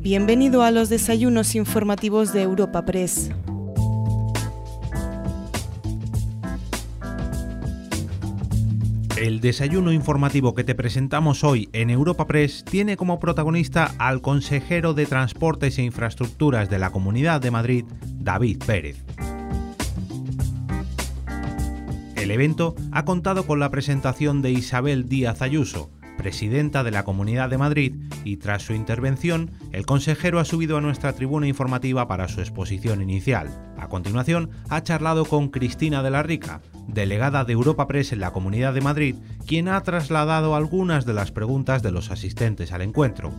Bienvenido a los desayunos informativos de Europa Press. El desayuno informativo que te presentamos hoy en Europa Press tiene como protagonista al consejero de Transportes e Infraestructuras de la Comunidad de Madrid, David Pérez. El evento ha contado con la presentación de Isabel Díaz Ayuso, presidenta de la Comunidad de Madrid, y tras su intervención, el consejero ha subido a nuestra tribuna informativa para su exposición inicial. A continuación, ha charlado con Cristina de la Rica, delegada de Europa Press en la Comunidad de Madrid, quien ha trasladado algunas de las preguntas de los asistentes al encuentro.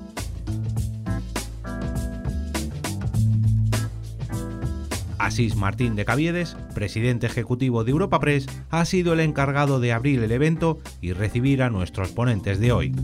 Asís Martín de Caviedes, presidente ejecutivo de Europa Press, ha sido el encargado de abrir el evento y recibir a nuestros ponentes de hoy.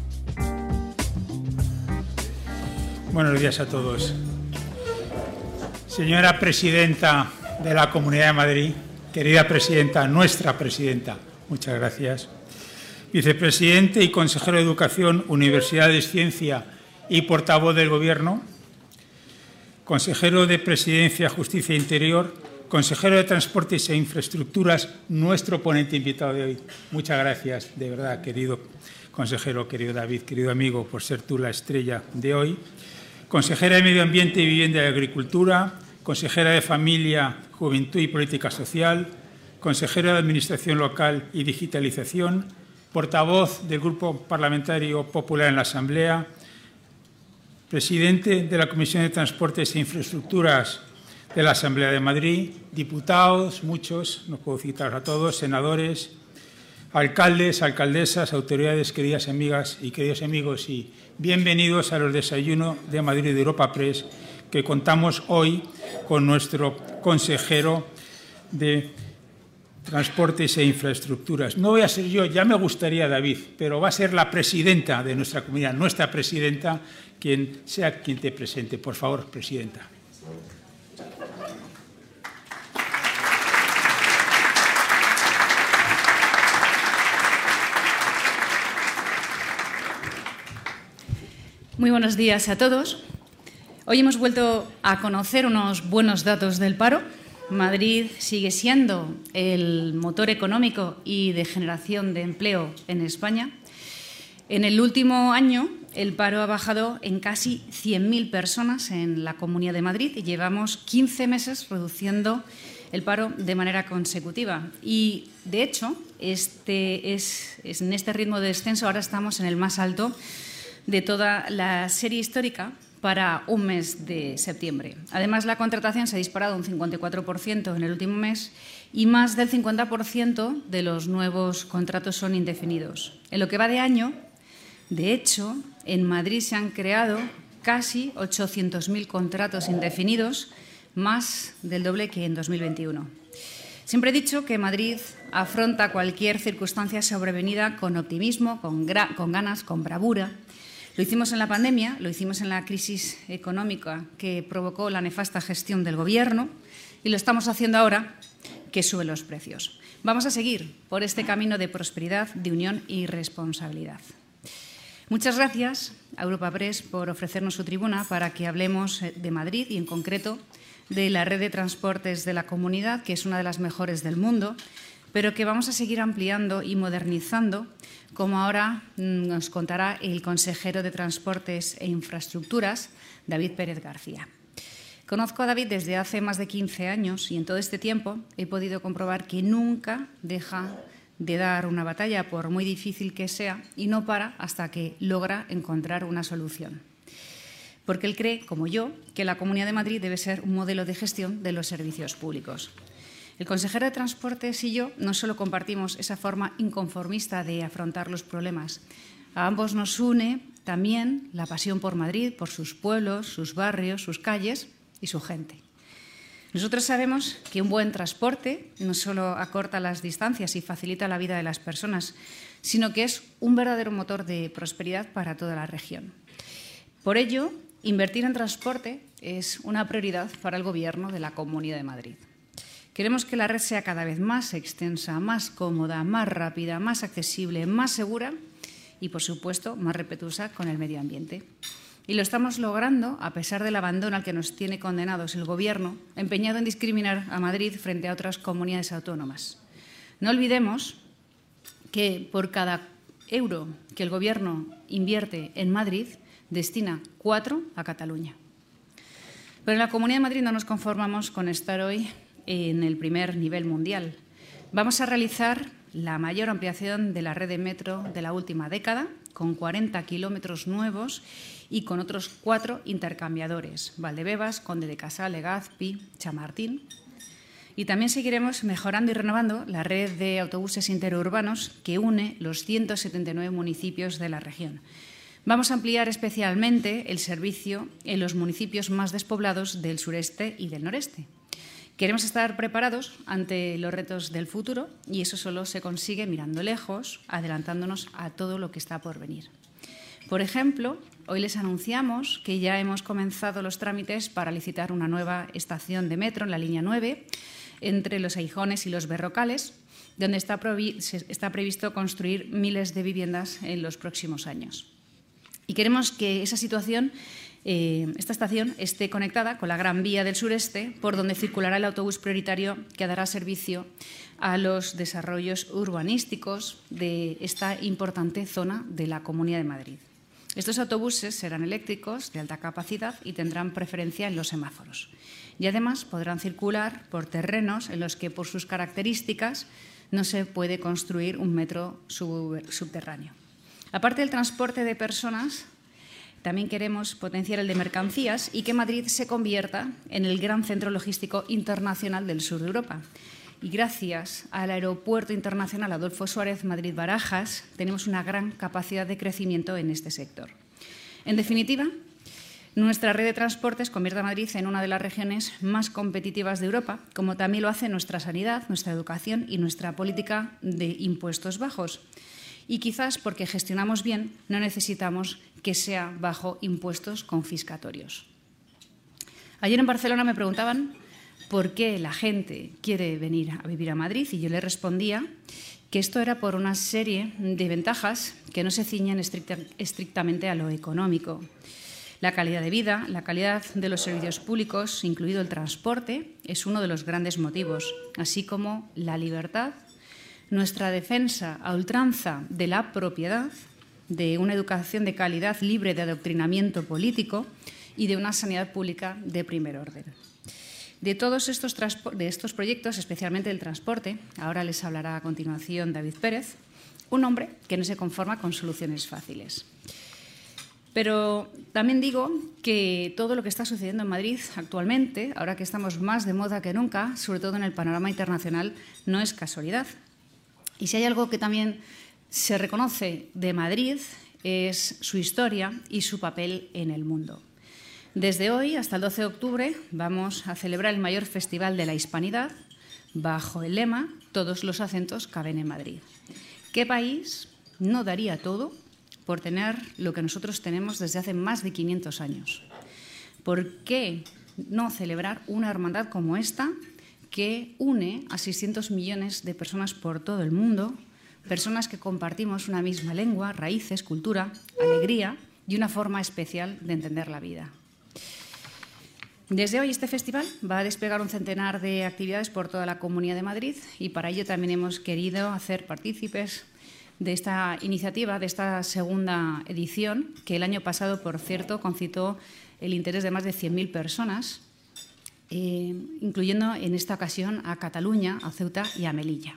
Buenos días a todos. Señora presidenta de la Comunidad de Madrid, querida presidenta, nuestra presidenta, muchas gracias. Vicepresidente y consejero de Educación, Universidades, Ciencia y portavoz del Gobierno. Consejero de Presidencia, Justicia e Interior, consejero de Transportes e Infraestructuras, nuestro ponente invitado de hoy. Muchas gracias, de verdad, querido consejero, querido David, querido amigo, por ser tú la estrella de hoy. Consejera de Medio Ambiente, Vivienda y Agricultura, consejera de Familia, Juventud y Política Social, consejera de Administración Local y Digitalización, portavoz del Grupo Parlamentario Popular en la Asamblea, presidente de la Comisión de Transportes e Infraestructuras de la Asamblea de Madrid, diputados, muchos, no puedo citar a todos, senadores, alcaldes, alcaldesas, autoridades, queridas amigas y queridos amigos, y bienvenidos a los desayunos de Madrid de Europa Press, que contamos hoy con nuestro consejero de Transportes e Infraestructuras. No voy a ser yo, ya me gustaría, David, pero va a ser la presidenta de nuestra comunidad, nuestra presidenta, quien sea quien te presente. Por favor, presidenta. Muy buenos días a todos. Hoy hemos vuelto a conocer unos buenos datos del paro. Madrid sigue siendo el motor económico y de generación de empleo en España. En el último año, el paro ha bajado en casi 100.000 personas en la Comunidad de Madrid y llevamos 15 meses reduciendo el paro de manera consecutiva. Y, de hecho, en este ritmo de descenso ahora estamos en el más alto de toda la serie histórica para un mes de septiembre. Además, la contratación se ha disparado un 54% en el último mes y más del 50% de los nuevos contratos son indefinidos. En lo que va de año, de hecho, en Madrid se han creado casi 800.000 contratos indefinidos, más del doble que en 2021. Siempre he dicho que Madrid afronta cualquier circunstancia sobrevenida con optimismo, con ganas, con bravura. Lo hicimos en la pandemia, lo hicimos en la crisis económica que provocó la nefasta gestión del Gobierno y lo estamos haciendo ahora que suben los precios. Vamos a seguir por este camino de prosperidad, de unión y responsabilidad. Muchas gracias a Europa Press por ofrecernos su tribuna para que hablemos de Madrid y, en concreto, de la red de transportes de la comunidad, que es una de las mejores del mundo, pero que vamos a seguir ampliando y modernizando, como ahora nos contará el consejero de Transportes e Infraestructuras, David Pérez García. Conozco a David desde hace más de 15 años y en todo este tiempo he podido comprobar que nunca deja de dar una batalla, por muy difícil que sea, y no para hasta que logra encontrar una solución. Porque él cree, como yo, que la Comunidad de Madrid debe ser un modelo de gestión de los servicios públicos. El consejero de Transportes y yo no solo compartimos esa forma inconformista de afrontar los problemas. A ambos nos une también la pasión por Madrid, por sus pueblos, sus barrios, sus calles y su gente. Nosotros sabemos que un buen transporte no solo acorta las distancias y facilita la vida de las personas, sino que es un verdadero motor de prosperidad para toda la región. Por ello, invertir en transporte es una prioridad para el Gobierno de la Comunidad de Madrid. Queremos que la red sea cada vez más extensa, más cómoda, más rápida, más accesible, más segura y, por supuesto, más respetuosa con el medio ambiente. Y lo estamos logrando a pesar del abandono al que nos tiene condenados el Gobierno, empeñado en discriminar a Madrid frente a otras comunidades autónomas. No olvidemos que por cada euro que el Gobierno invierte en Madrid, destina 4 a Cataluña. Pero en la Comunidad de Madrid no nos conformamos con estar hoy en el primer nivel mundial. Vamos a realizar la mayor ampliación de la red de metro de la última década, con 40 kilómetros nuevos y con otros 4 intercambiadores: Valdebebas, Conde de Casal, Legazpi, Chamartín. Y también seguiremos mejorando y renovando la red de autobuses interurbanos que une los 179 municipios de la región. Vamos a ampliar especialmente el servicio en los municipios más despoblados del sureste y del noreste. Queremos estar preparados ante los retos del futuro y eso solo se consigue mirando lejos, adelantándonos a todo lo que está por venir. Por ejemplo, hoy les anunciamos que ya hemos comenzado los trámites para licitar una nueva estación de metro en la línea 9 entre Los Aijones y Los Berrocales, donde está previsto construir miles de viviendas en los próximos años. Y queremos que esa situación, esta estación, esté conectada con la Gran Vía del Sureste, por donde circulará el autobús prioritario que dará servicio a los desarrollos urbanísticos de esta importante zona de la Comunidad de Madrid. Estos autobuses serán eléctricos, de alta capacidad y tendrán preferencia en los semáforos. Y además podrán circular por terrenos en los que, por sus características, no se puede construir un metro subterráneo. Aparte del transporte de personas, también queremos potenciar el de mercancías y que Madrid se convierta en el gran centro logístico internacional del sur de Europa. Y gracias al Aeropuerto Internacional Adolfo Suárez Madrid-Barajas tenemos una gran capacidad de crecimiento en este sector. En definitiva, nuestra red de transportes convierte a Madrid en una de las regiones más competitivas de Europa, como también lo hace nuestra sanidad, nuestra educación y nuestra política de impuestos bajos. Y quizás porque gestionamos bien, no necesitamos que sea bajo impuestos confiscatorios. Ayer en Barcelona me preguntaban por qué la gente quiere venir a vivir a Madrid y yo le respondía que esto era por una serie de ventajas que no se ciñen estrictamente a lo económico. La calidad de vida, la calidad de los servicios públicos, incluido el transporte, es uno de los grandes motivos, así como la libertad, nuestra defensa a ultranza de la propiedad, de una educación de calidad libre de adoctrinamiento político y de una sanidad pública de primer orden. De todos estos proyectos, especialmente del transporte, ahora les hablará a continuación David Pérez, un hombre que no se conforma con soluciones fáciles. Pero también digo que todo lo que está sucediendo en Madrid actualmente, ahora que estamos más de moda que nunca, sobre todo en el panorama internacional, no es casualidad. Y si hay algo que también se reconoce de Madrid es su historia y su papel en el mundo. Desde hoy hasta el 12 de octubre vamos a celebrar el mayor festival de la hispanidad bajo el lema «Todos los acentos caben en Madrid». ¿Qué país no daría todo por tener lo que nosotros tenemos desde hace más de 500 años? ¿Por qué no celebrar una hermandad como esta que une a 600 millones de personas por todo el mundo, personas que compartimos una misma lengua, raíces, cultura, alegría y una forma especial de entender la vida? Desde hoy este festival va a desplegar un centenar de actividades por toda la Comunidad de Madrid y para ello también hemos querido hacer partícipes de esta iniciativa, de esta segunda edición, que el año pasado, por cierto, concitó el interés de más de 100.000 personas, incluyendo en esta ocasión a Cataluña, a Ceuta y a Melilla.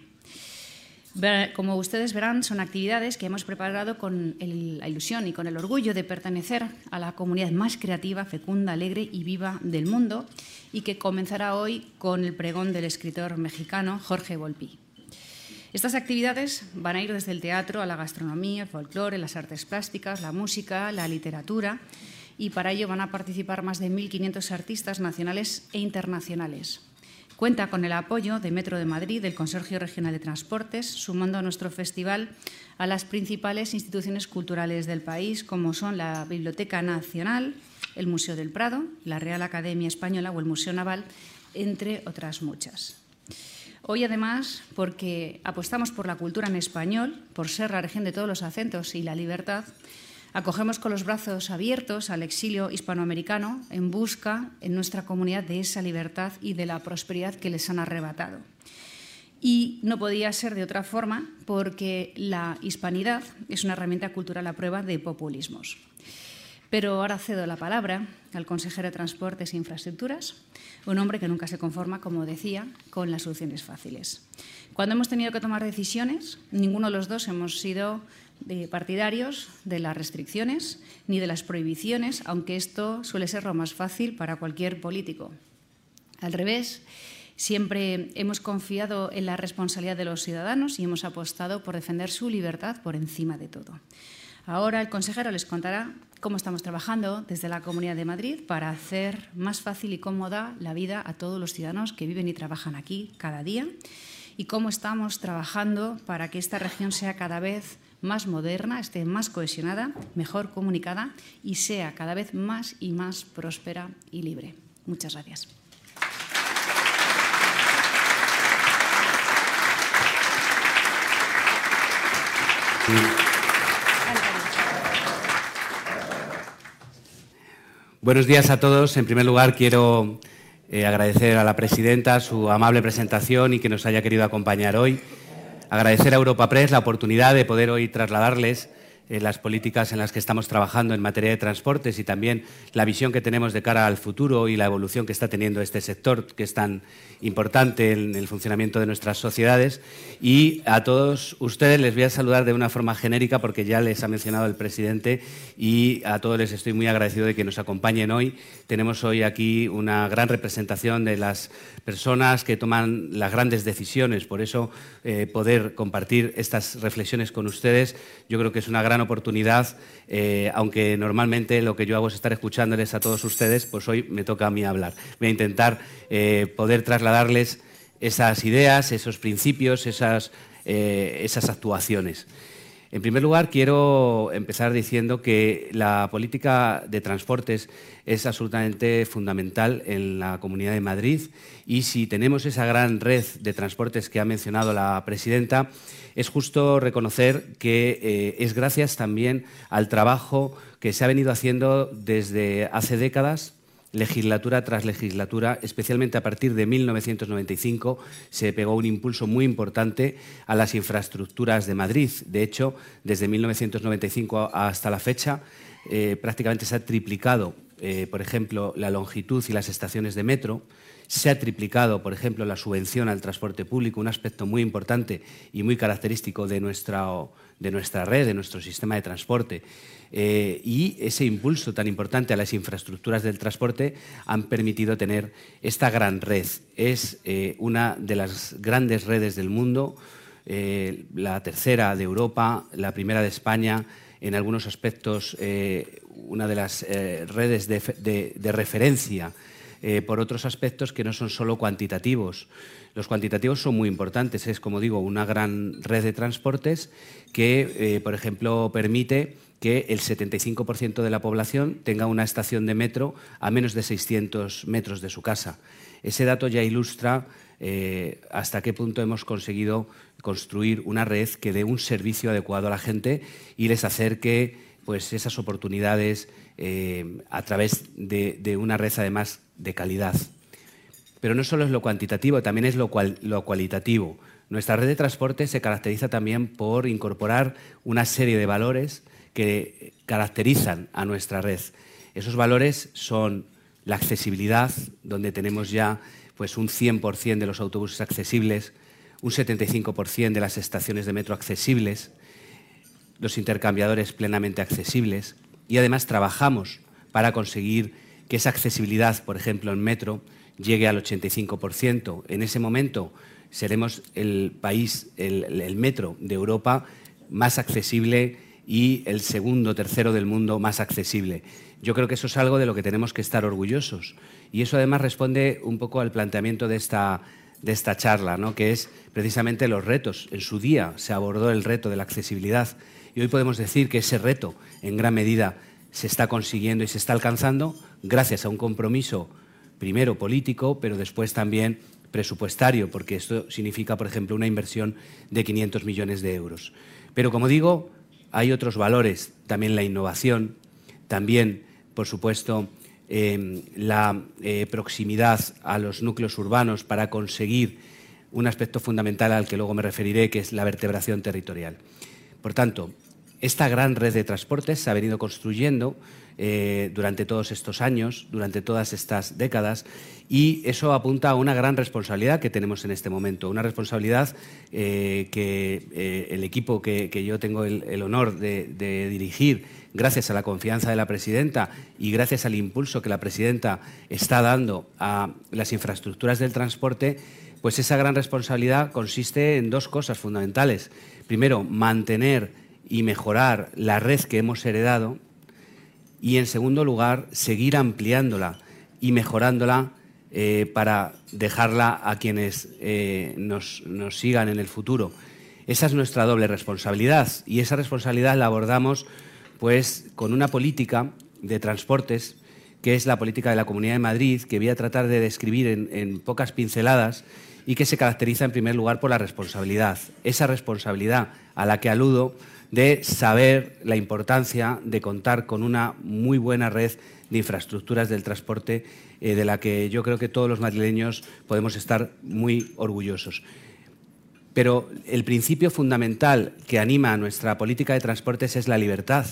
Como ustedes verán, son actividades que hemos preparado con la ilusión y con el orgullo de pertenecer a la comunidad más creativa, fecunda, alegre y viva del mundo y que comenzará hoy con el pregón del escritor mexicano Jorge Volpi. Estas actividades van a ir desde el teatro a la gastronomía, el folclore, las artes plásticas, la música, la literatura y para ello van a participar más de 1.500 artistas nacionales e internacionales. Cuenta con el apoyo de Metro de Madrid, del Consorcio Regional de Transportes, sumando a nuestro festival a las principales instituciones culturales del país, como son la Biblioteca Nacional, el Museo del Prado, la Real Academia Española o el Museo Naval, entre otras muchas. Hoy, además, porque apostamos por la cultura en español, por ser la región de todos los acentos y la libertad, Acogemos con los brazos abiertos al exilio hispanoamericano en busca en nuestra comunidad de esa libertad y de la prosperidad que les han arrebatado. Y no podía ser de otra forma porque la hispanidad es una herramienta cultural a prueba de populismos. Pero ahora cedo la palabra al consejero de Transportes e Infraestructuras, un hombre que nunca se conforma, como decía, con las soluciones fáciles. Cuando hemos tenido que tomar decisiones, ninguno de los dos hemos sido partidarios de las restricciones ni de las prohibiciones, aunque esto suele ser lo más fácil para cualquier político. Al revés, siempre hemos confiado en la responsabilidad de los ciudadanos y hemos apostado por defender su libertad por encima de todo. Ahora el consejero les contará cómo estamos trabajando desde la Comunidad de Madrid para hacer más fácil y cómoda la vida a todos los ciudadanos que viven y trabajan aquí cada día y cómo estamos trabajando para que esta región sea cada vez más moderna, esté más cohesionada, mejor comunicada y sea cada vez más y más próspera y libre. Muchas gracias. Buenos días a todos. En primer lugar, quiero agradecer a la presidenta su amable presentación y que nos haya querido acompañar hoy. Agradecer a Europa Press la oportunidad de poder hoy trasladarles las políticas en las que estamos trabajando en materia de transportes y también la visión que tenemos de cara al futuro y la evolución que está teniendo este sector, que es tan importante en el funcionamiento de nuestras sociedades. Y a todos ustedes les voy a saludar de una forma genérica porque ya les ha mencionado el presidente y a todos les estoy muy agradecido de que nos acompañen hoy. Tenemos hoy aquí una gran representación de las personas que toman las grandes decisiones. Por eso, poder compartir estas reflexiones con ustedes, yo creo que es una gran oportunidad, aunque normalmente lo que yo hago es estar escuchándoles a todos ustedes, pues hoy me toca a mí hablar. Voy a intentar poder trasladarles esas ideas, esos principios, esas actuaciones. En primer lugar, quiero empezar diciendo que la política de transportes es absolutamente fundamental en la Comunidad de Madrid y si tenemos esa gran red de transportes que ha mencionado la presidenta, es justo reconocer que es gracias también al trabajo que se ha venido haciendo desde hace décadas, legislatura tras legislatura, especialmente a partir de 1995, se pegó un impulso muy importante a las infraestructuras de Madrid. De hecho, desde 1995 hasta la fecha, prácticamente se ha triplicado, por ejemplo, la longitud y las estaciones de metro. Se ha triplicado, por ejemplo, la subvención al transporte público, un aspecto muy importante y muy característico de nuestra red, de nuestro sistema de transporte. Y ese impulso tan importante a las infraestructuras del transporte han permitido tener esta gran red. Es una de las grandes redes del mundo, la tercera de Europa, la primera de España, en algunos aspectos una de las redes de referencia, por otros aspectos que no son solo cuantitativos. Los cuantitativos son muy importantes. Es, como digo, una gran red de transportes que, por ejemplo, permite que el 75% de la población tenga una estación de metro a menos de 600 metros de su casa. Ese dato ya ilustra hasta qué punto hemos conseguido construir una red que dé un servicio adecuado a la gente y les acerque pues, esas oportunidades a través de una red, además, de calidad. Pero no solo es lo cuantitativo, también es lo cualitativo. Nuestra red de transporte se caracteriza también por incorporar una serie de valores que caracterizan a nuestra red. Esos valores son la accesibilidad, donde tenemos ya pues, un 100% de los autobuses accesibles, un 75% de las estaciones de metro accesibles, los intercambiadores plenamente accesibles y además trabajamos para conseguir que esa accesibilidad, por ejemplo, en metro, llegue al 85%. En ese momento seremos el país, el metro de Europa más accesible y el segundo o tercero del mundo más accesible. Yo creo que eso es algo de lo que tenemos que estar orgullosos y eso además responde un poco al planteamiento de esta charla, ¿no? Que es precisamente los retos. En su día se abordó el reto de la accesibilidad y hoy podemos decir que ese reto en gran medida se está consiguiendo y se está alcanzando gracias a un compromiso primero político, pero después también presupuestario, porque esto significa, por ejemplo, una inversión de 500 millones de euros. Pero, como digo, hay otros valores, también la innovación, también, por supuesto, la proximidad a los núcleos urbanos para conseguir un aspecto fundamental al que luego me referiré, que es la vertebración territorial. Por tanto, esta gran red de transportes se ha venido construyendo durante todos estos años, durante todas estas décadas, y eso apunta a una gran responsabilidad que tenemos en este momento, una responsabilidad que el equipo que yo tengo el honor de dirigir, gracias a la confianza de la presidenta y gracias al impulso que la presidenta está dando a las infraestructuras del transporte, pues esa gran responsabilidad consiste en dos cosas fundamentales. Primero, mantener y mejorar la red que hemos heredado y, en segundo lugar, seguir ampliándola y mejorándola para dejarla a quienes nos sigan en el futuro. Esa es nuestra doble responsabilidad y esa responsabilidad la abordamos pues con una política de transportes que es la política de la Comunidad de Madrid, que voy a tratar de describir en pocas pinceladas y que se caracteriza en primer lugar por la responsabilidad. Esa responsabilidad a la que aludo de saber la importancia de contar con una muy buena red de infraestructuras del transporte de la que yo creo que todos los madrileños podemos estar muy orgullosos. Pero el principio fundamental que anima a nuestra política de transportes es la libertad.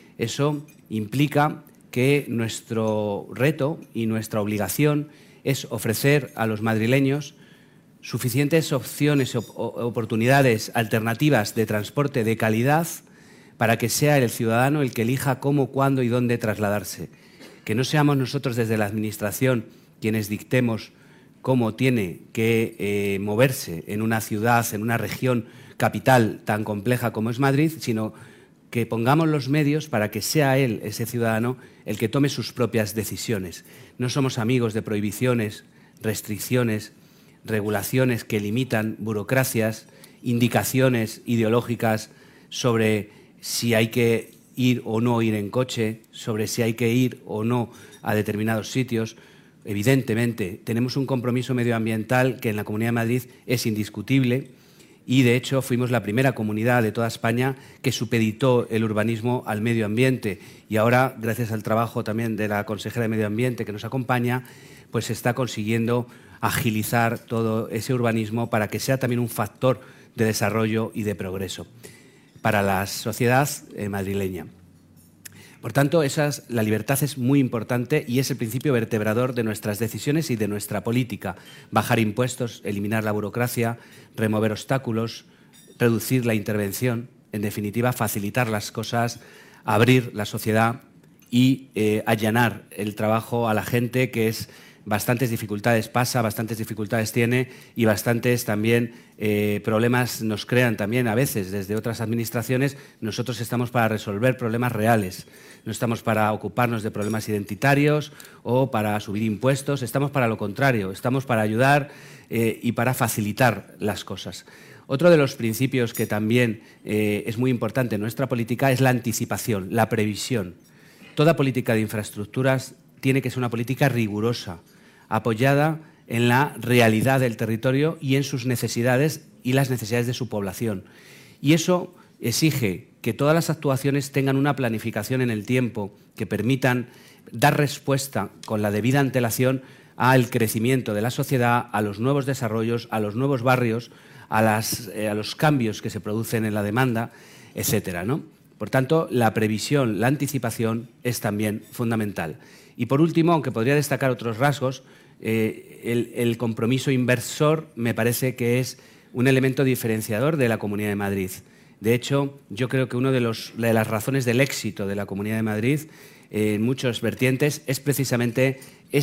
Eso implica que nuestro reto y nuestra obligación es ofrecer a los madrileños suficientes opciones, oportunidades alternativas de transporte de calidad para que sea el ciudadano el que elija cómo, cuándo y dónde trasladarse. Que no seamos nosotros desde la Administración quienes dictemos cómo tiene que moverse en una ciudad, en una región capital tan compleja como es Madrid, sino que pongamos los medios para que sea él, ese ciudadano, el que tome sus propias decisiones. No somos amigos de prohibiciones, restricciones, regulaciones que limitan, burocracias, indicaciones ideológicas sobre si hay que ir o no ir en coche, sobre si hay que ir o no a determinados sitios. Evidentemente, tenemos un compromiso medioambiental que en la Comunidad de Madrid es indiscutible y, de hecho, fuimos la primera comunidad de toda España que supeditó el urbanismo al medio ambiente y ahora, gracias al trabajo también de la consejera de Medio Ambiente que nos acompaña, pues se está consiguiendo agilizar todo ese urbanismo para que sea también un factor de desarrollo y de progreso para la sociedad madrileña. Por tanto, la libertad es muy importante y es el principio vertebrador de nuestras decisiones y de nuestra política. Bajar impuestos, eliminar la burocracia, remover obstáculos, reducir la intervención, en definitiva, facilitar las cosas, abrir la sociedad y allanar el trabajo a la gente que es bastantes dificultades pasa, bastantes dificultades tiene y bastantes también problemas nos crean también a veces desde otras administraciones. Nosotros estamos para resolver problemas reales, no estamos para ocuparnos de problemas identitarios o para subir impuestos, estamos para lo contrario, estamos para ayudar y para facilitar las cosas. Otro de los principios que también es muy importante en nuestra política es la anticipación, la previsión. Toda política de infraestructuras tiene que ser una política rigurosa, apoyada en la realidad del territorio y en sus necesidades y las necesidades de su población. Y eso exige que todas las actuaciones tengan una planificación en el tiempo que permitan dar respuesta con la debida antelación al crecimiento de la sociedad, a los nuevos desarrollos, a los nuevos barrios, a los cambios que se producen en la demanda, etcétera, ¿no? Por tanto, la previsión, la anticipación es también fundamental. Y por último, aunque podría destacar otros rasgos, el compromiso inversor me parece que es un elemento diferenciador de la Comunidad de Madrid. De hecho, yo creo que una de las razones del éxito de la Comunidad de Madrid en muchos vertientes es precisamente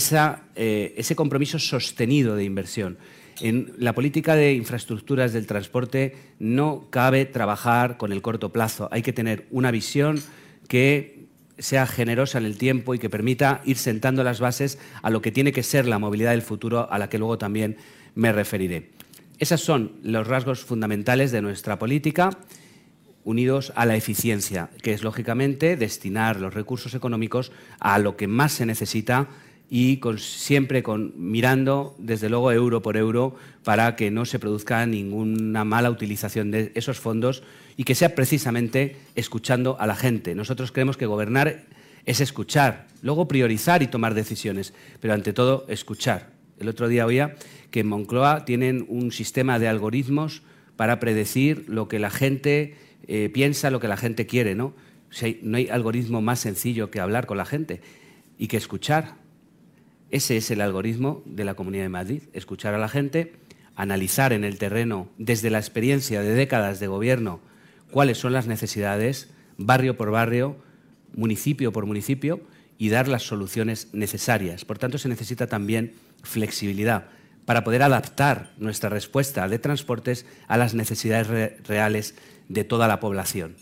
ese compromiso sostenido de inversión. En la política de infraestructuras del transporte no cabe trabajar con el corto plazo. Hay que tener una visión que sea generosa en el tiempo y que permita ir sentando las bases a lo que tiene que ser la movilidad del futuro, a la que luego también me referiré. Esos son los rasgos fundamentales de nuestra política, unidos a la eficiencia, que es, lógicamente, destinar los recursos económicos a lo que más se necesita y siempre mirando, desde luego, euro por euro, para que no se produzca ninguna mala utilización de esos fondos y que sea precisamente escuchando a la gente. Nosotros creemos que gobernar es escuchar, luego priorizar y tomar decisiones, pero ante todo escuchar. El otro día oía que en Moncloa tienen un sistema de algoritmos para predecir lo que la gente piensa, lo que la gente quiere, ¿no? O sea, no hay algoritmo más sencillo que hablar con la gente y que escuchar. Ese es el algoritmo de la Comunidad de Madrid, escuchar a la gente, analizar en el terreno, desde la experiencia de décadas de gobierno, cuáles son las necesidades, barrio por barrio, municipio por municipio, y dar las soluciones necesarias. Por tanto, se necesita también flexibilidad para poder adaptar nuestra respuesta de transportes a las necesidades reales de toda la población.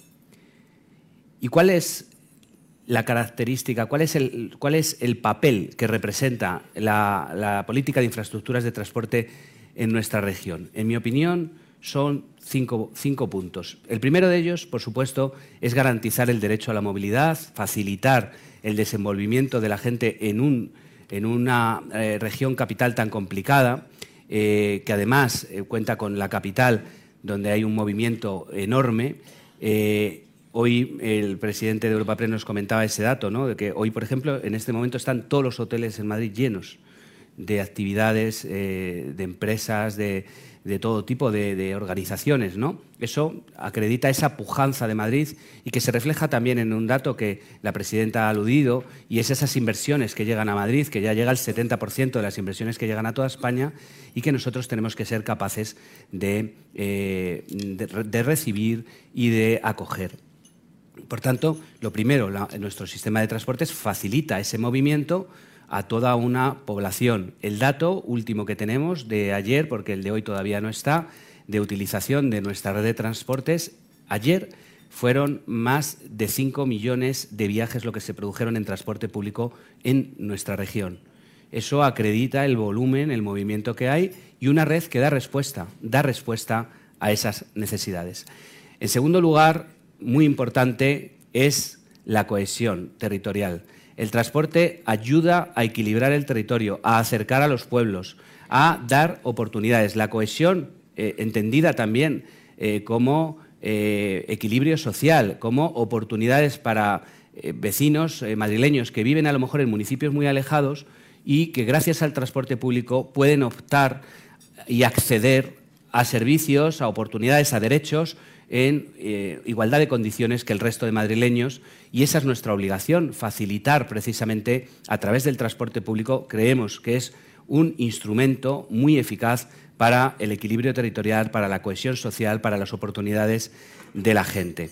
¿Y cuál es la característica, cuál es el papel que representa la política de infraestructuras de transporte en nuestra región? En mi opinión, son cinco puntos. El primero de ellos, por supuesto, es garantizar el derecho a la movilidad, facilitar el desenvolvimiento de la gente en una región capital tan complicada, que además cuenta con la capital, donde hay un movimiento enorme. Hoy el presidente de Europa Press nos comentaba ese dato, ¿no? De que hoy, por ejemplo, en este momento están todos los hoteles en Madrid llenos de actividades, de empresas, de todo tipo de organizaciones, ¿no? Eso acredita esa pujanza de Madrid y que se refleja también en un dato que la presidenta ha aludido, y es esas inversiones que llegan a Madrid, que ya llega el 70% de las inversiones que llegan a toda España, y que nosotros tenemos que ser capaces de recibir y de acoger. Por tanto, lo primero, nuestro sistema de transportes facilita ese movimiento a toda una población. El dato último que tenemos de ayer, porque el de hoy todavía no está, de utilización de nuestra red de transportes, ayer fueron más de 5 millones de viajes lo que se produjeron en transporte público en nuestra región. Eso acredita el volumen, el movimiento que hay, y una red que da respuesta a esas necesidades. En segundo lugar, muy importante, es la cohesión territorial. El transporte ayuda a equilibrar el territorio, a acercar a los pueblos, a dar oportunidades. La cohesión, entendida también como equilibrio social, como oportunidades para vecinos madrileños que viven a lo mejor en municipios muy alejados y que gracias al transporte público pueden optar y acceder a servicios, a oportunidades, a derechos en igualdad de condiciones que el resto de madrileños, y esa es nuestra obligación, facilitar precisamente a través del transporte público. Creemos que es un instrumento muy eficaz para el equilibrio territorial, para la cohesión social, para las oportunidades de la gente.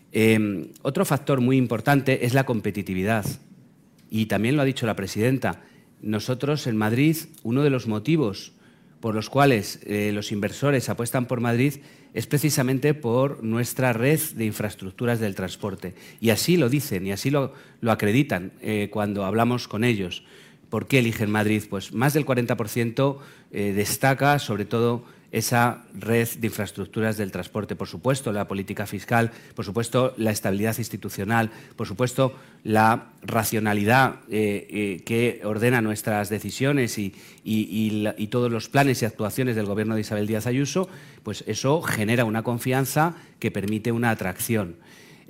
Otro factor muy importante es la competitividad, y también lo ha dicho la presidenta. Nosotros en Madrid, uno de los motivos por los cuales los inversores apuestan por Madrid es precisamente por nuestra red de infraestructuras del transporte. Y así lo dicen y así lo acreditan cuando hablamos con ellos. ¿Por qué eligen Madrid? Pues más del 40% destaca sobre todo esa red de infraestructuras del transporte. Por supuesto, la política fiscal, por supuesto, la estabilidad institucional, por supuesto, la racionalidad que ordena nuestras decisiones y todos los planes y actuaciones del Gobierno de Isabel Díaz Ayuso, pues eso genera una confianza que permite una atracción.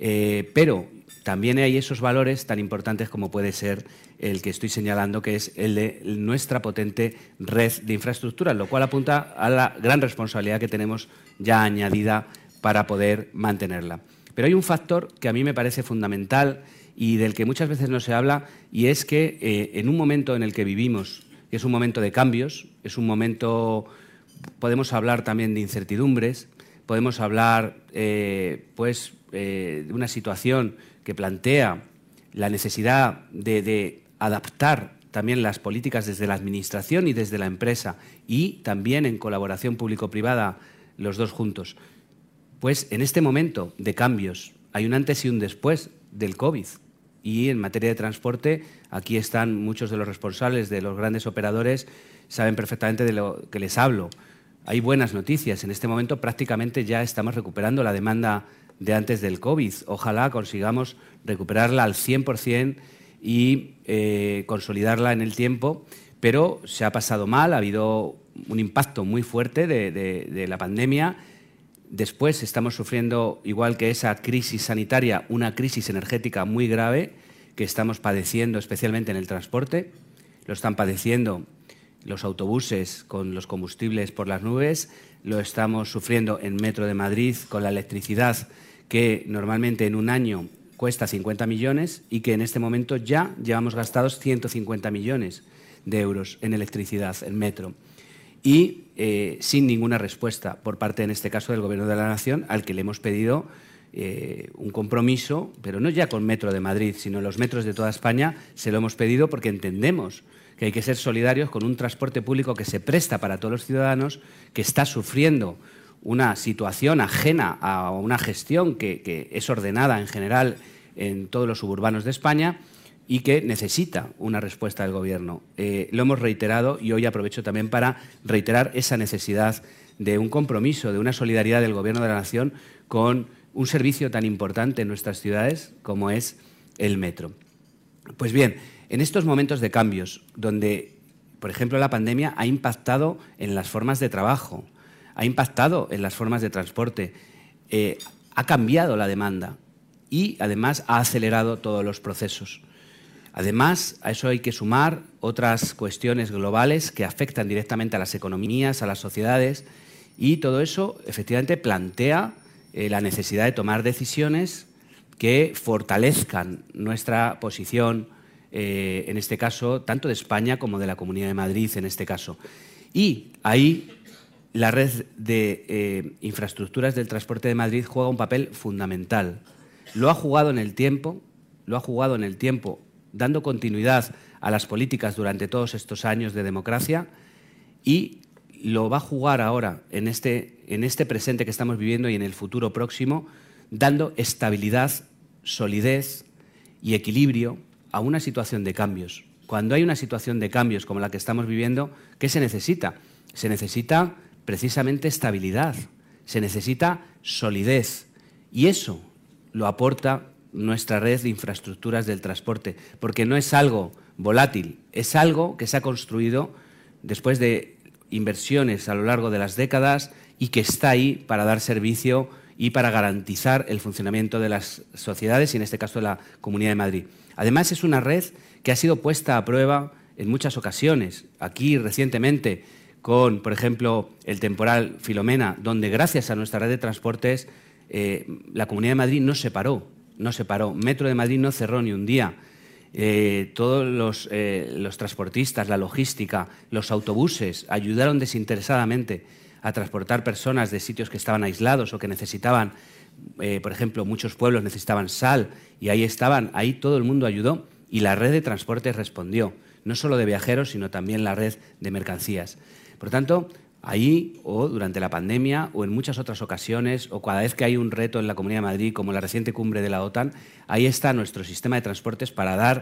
Pero también hay esos valores tan importantes como puede ser el que estoy señalando, que es el de nuestra potente red de infraestructuras, lo cual apunta a la gran responsabilidad que tenemos ya añadida para poder mantenerla. Pero hay un factor que a mí me parece fundamental y del que muchas veces no se habla, y es que en un momento en el que vivimos, que es un momento de cambios, es un momento, podemos hablar también de incertidumbres, podemos hablar de una situación que plantea la necesidad de adaptar también las políticas desde la Administración y desde la empresa, y también en colaboración público-privada, los dos juntos. Pues en este momento de cambios hay un antes y un después del COVID, y en materia de transporte aquí están muchos de los responsables, de los grandes operadores, saben perfectamente de lo que les hablo. Hay buenas noticias. En este momento prácticamente ya estamos recuperando la demanda de antes del COVID. Ojalá consigamos recuperarla al 100% y consolidarla en el tiempo, pero se ha pasado mal, ha habido un impacto muy fuerte de la pandemia. Después estamos sufriendo, igual que esa crisis sanitaria, una crisis energética muy grave que estamos padeciendo especialmente en el transporte. Lo están padeciendo los autobuses con los combustibles por las nubes, lo estamos sufriendo en Metro de Madrid con la electricidad, que normalmente en un año cuesta 50 millones y que en este momento ya llevamos gastados 150 millones de euros en electricidad, en Metro. Y sin ninguna respuesta por parte, en este caso, del Gobierno de la Nación, al que le hemos pedido un compromiso, pero no ya con Metro de Madrid, sino los metros de toda España. Se lo hemos pedido porque entendemos que hay que ser solidarios con un transporte público que se presta para todos los ciudadanos, que está sufriendo una situación ajena a una gestión que es ordenada en general en todos los suburbanos de España y que necesita una respuesta del Gobierno. Lo hemos reiterado y hoy aprovecho también para reiterar esa necesidad de un compromiso, de una solidaridad del Gobierno de la Nación con un servicio tan importante en nuestras ciudades como es el metro. Pues bien, en estos momentos de cambios, donde, por ejemplo, la pandemia ha impactado en las formas de trabajo, ha impactado en las formas de transporte, ha cambiado la demanda y, además, ha acelerado todos los procesos. Además, a eso hay que sumar otras cuestiones globales que afectan directamente a las economías, a las sociedades, y todo eso efectivamente plantea la necesidad de tomar decisiones que fortalezcan nuestra posición, en este caso, tanto de España como de la Comunidad de Madrid, en este caso. Y ahí la red de infraestructuras del transporte de Madrid juega un papel fundamental. Lo ha jugado en el tiempo, dando continuidad a las políticas durante todos estos años de democracia, y lo va a jugar ahora en este presente que estamos viviendo y en el futuro próximo, dando estabilidad, solidez y equilibrio a una situación de cambios. Cuando hay una situación de cambios como la que estamos viviendo, ¿qué se necesita? Se necesita precisamente estabilidad, se necesita solidez, y eso lo aporta nuestra red de infraestructuras del transporte, porque no es algo volátil, es algo que se ha construido después de inversiones a lo largo de las décadas y que está ahí para dar servicio y para garantizar el funcionamiento de las sociedades y, en este caso, de la Comunidad de Madrid. Además, es una red que ha sido puesta a prueba en muchas ocasiones. Aquí, recientemente, con, por ejemplo, el temporal Filomena, donde, gracias a nuestra red de transportes, la Comunidad de Madrid no se paró. Metro de Madrid no cerró ni un día. Todos los transportistas, la logística, los autobuses ayudaron desinteresadamente a transportar personas de sitios que estaban aislados o que necesitaban, por ejemplo, muchos pueblos necesitaban sal, y ahí estaban, ahí todo el mundo ayudó y la red de transportes respondió, no solo de viajeros, sino también la red de mercancías. Por tanto, ahí, o durante la pandemia, o en muchas otras ocasiones, o cada vez que hay un reto en la Comunidad de Madrid, como la reciente cumbre de la OTAN, ahí está nuestro sistema de transportes para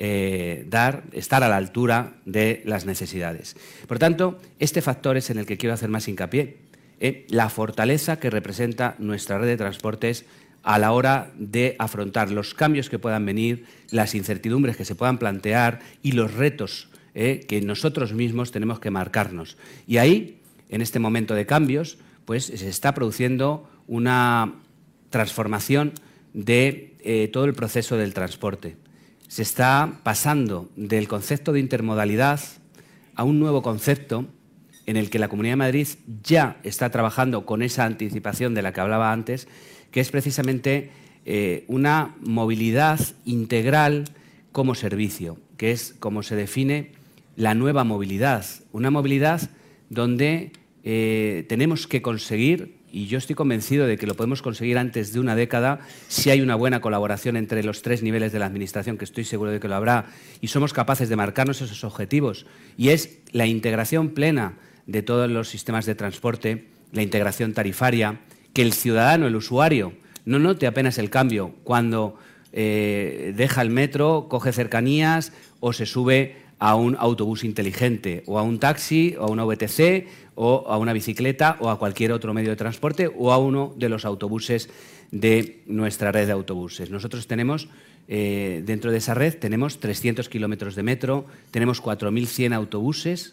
estar a la altura de las necesidades. Por tanto, este factor es en el que quiero hacer más hincapié, la fortaleza que representa nuestra red de transportes a la hora de afrontar los cambios que puedan venir, las incertidumbres que se puedan plantear y los retos que nosotros mismos tenemos que marcarnos. Y ahí, en este momento de cambios, pues se está produciendo una transformación de todo el proceso del transporte. Se está pasando del concepto de intermodalidad a un nuevo concepto en el que la Comunidad de Madrid ya está trabajando con esa anticipación de la que hablaba antes, que es precisamente una movilidad integral como servicio, que es como se define la nueva movilidad, una movilidad donde tenemos que conseguir, y yo estoy convencido de que lo podemos conseguir antes de una década, si hay una buena colaboración entre los tres niveles de la Administración, que estoy seguro de que lo habrá, y somos capaces de marcarnos esos objetivos, y es la integración plena de todos los sistemas de transporte, la integración tarifaria, que el ciudadano, el usuario, no note apenas el cambio cuando deja el metro, coge cercanías o se sube a un autobús inteligente, o a un taxi, o a una VTC, o a una bicicleta, o a cualquier otro medio de transporte, o a uno de los autobuses de nuestra red de autobuses. Nosotros tenemos dentro de esa red tenemos 300 kilómetros de metro, tenemos 4.100 autobuses,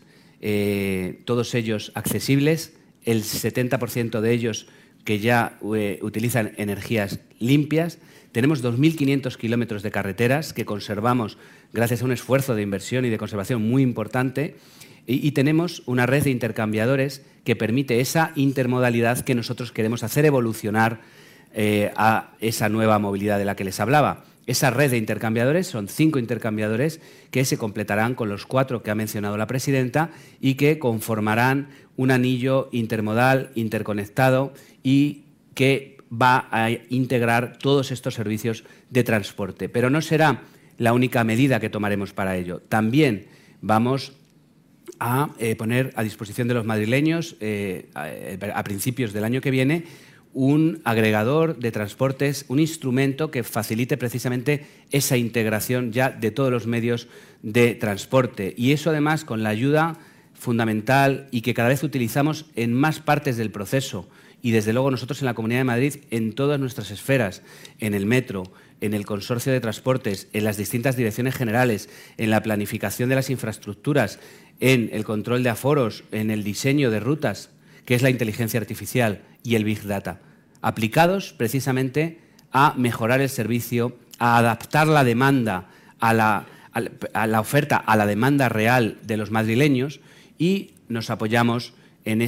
todos ellos accesibles, el 70% de ellos que ya utilizan energías limpias. Tenemos 2.500 kilómetros de carreteras que conservamos gracias a un esfuerzo de inversión y de conservación muy importante. Y tenemos una red de intercambiadores que permite esa intermodalidad que nosotros queremos hacer evolucionar a esa nueva movilidad de la que les hablaba. Esa red de intercambiadores son 5 intercambiadores que se completarán con los 4 que ha mencionado la presidenta y que conformarán un anillo intermodal, interconectado y que va a integrar todos estos servicios de transporte. Pero no será la única medida que tomaremos para ello. También vamos a poner a disposición de los madrileños a principios del año que viene un agregador de transportes, un instrumento que facilite precisamente esa integración ya de todos los medios de transporte. Y eso, además, con la ayuda fundamental y que cada vez utilizamos en más partes del proceso. Y, desde luego, nosotros en la Comunidad de Madrid, en todas nuestras esferas, en el metro, en el consorcio de transportes, en las distintas direcciones generales, en la planificación de las infraestructuras, en el control de aforos, en el diseño de rutas, que es la inteligencia artificial y el Big Data, aplicados precisamente a mejorar el servicio, a adaptar la demanda a la oferta, a la demanda real de los madrileños, y nos apoyamos en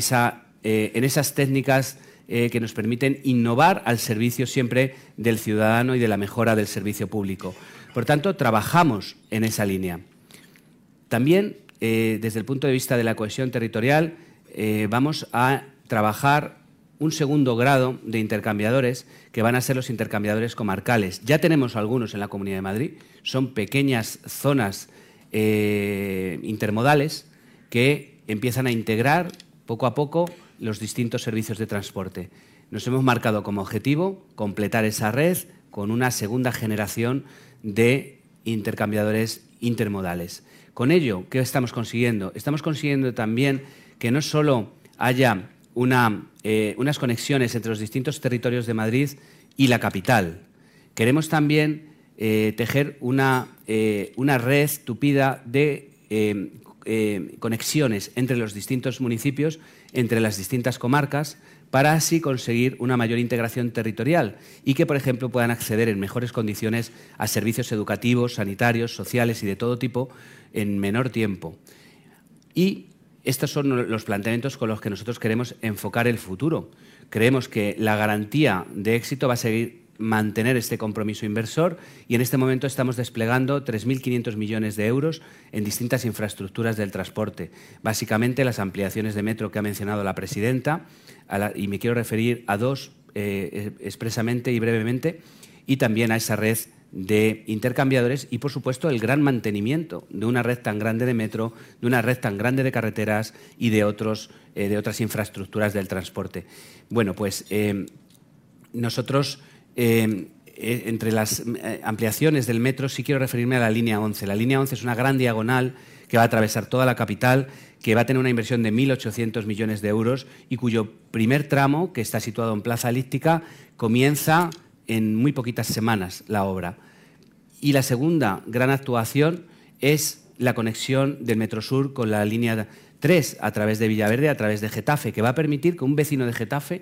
esas técnicas que nos permiten innovar al servicio siempre del ciudadano y de la mejora del servicio público. Por tanto, trabajamos en esa línea. También, desde el punto de vista de la cohesión territorial, vamos a trabajar un segundo grado de intercambiadores que van a ser los intercambiadores comarcales. Ya tenemos algunos en la Comunidad de Madrid, son pequeñas zonas intermodales que empiezan a integrar poco a poco los distintos servicios de transporte. Nos hemos marcado como objetivo completar esa red con una segunda generación de intercambiadores intermodales. Con ello, ¿qué estamos consiguiendo? Estamos consiguiendo también que no solo haya unas conexiones entre los distintos territorios de Madrid y la capital. Queremos también tejer una red tupida de conexiones entre los distintos municipios, entre las distintas comarcas, para así conseguir una mayor integración territorial y que, por ejemplo, puedan acceder en mejores condiciones a servicios educativos, sanitarios, sociales y de todo tipo en menor tiempo. Y estos son los planteamientos con los que nosotros queremos enfocar el futuro. Creemos que la garantía de éxito va a seguir mantener este compromiso inversor y en este momento estamos desplegando 3.500 millones de euros en distintas infraestructuras del transporte. Básicamente las ampliaciones de metro que ha mencionado la presidenta, y me quiero referir a dos expresamente y brevemente, y también a esa red de intercambiadores y, por supuesto, el gran mantenimiento de una red tan grande de metro, de una red tan grande de carreteras y de otras infraestructuras del transporte. Bueno, pues nosotros, entre las ampliaciones del metro, sí quiero referirme a la línea 11. La línea 11 es una gran diagonal que va a atravesar toda la capital, que va a tener una inversión de 1.800 millones de euros y cuyo primer tramo, que está situado en Plaza Elíptica, comienza en muy poquitas semanas la obra. Y la segunda gran actuación es la conexión del Metrosur con la línea 3 a través de Villaverde, a través de Getafe, que va a permitir que un vecino de Getafe,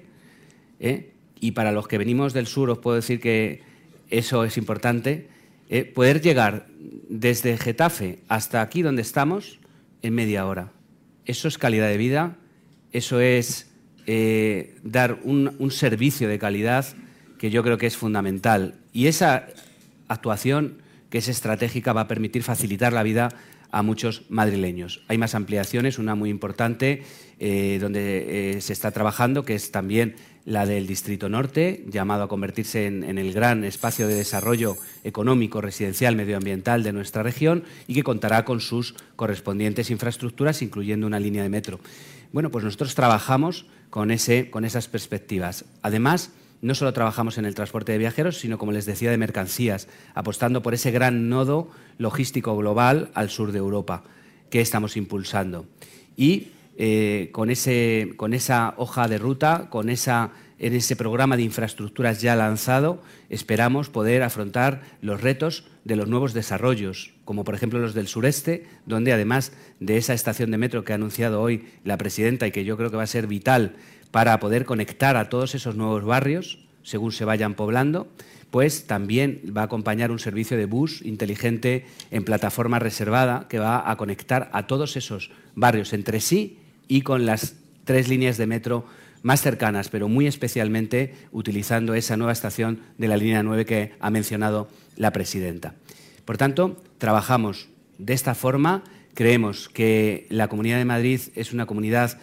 y para los que venimos del sur os puedo decir que eso es importante, poder llegar desde Getafe hasta aquí donde estamos en media hora. Eso es calidad de vida, eso es dar un servicio de calidad que yo creo que es fundamental. Y esa actuación, que es estratégica, va a permitir facilitar la vida a muchos madrileños. Hay más ampliaciones, una muy importante donde se está trabajando, que es también la del Distrito Norte, llamado a convertirse en el gran espacio de desarrollo económico, residencial, medioambiental de nuestra región y que contará con sus correspondientes infraestructuras, incluyendo una línea de metro. Bueno, pues nosotros trabajamos con esas perspectivas. Además, no solo trabajamos en el transporte de viajeros, sino, como les decía, de mercancías, apostando por ese gran nodo logístico global al sur de Europa que estamos impulsando. Y con esa hoja de ruta, con esa en ese programa de infraestructuras ya lanzado, esperamos poder afrontar los retos de los nuevos desarrollos, como por ejemplo los del sureste, donde además de esa estación de metro que ha anunciado hoy la presidenta y que yo creo que va a ser vital para poder conectar a todos esos nuevos barrios, según se vayan poblando, pues también va a acompañar un servicio de bus inteligente en plataforma reservada que va a conectar a todos esos barrios entre sí y con las 3 líneas de metro más cercanas, pero muy especialmente utilizando esa nueva estación de la línea 9 que ha mencionado la presidenta. Por tanto, trabajamos de esta forma. Creemos que la Comunidad de Madrid es una comunidad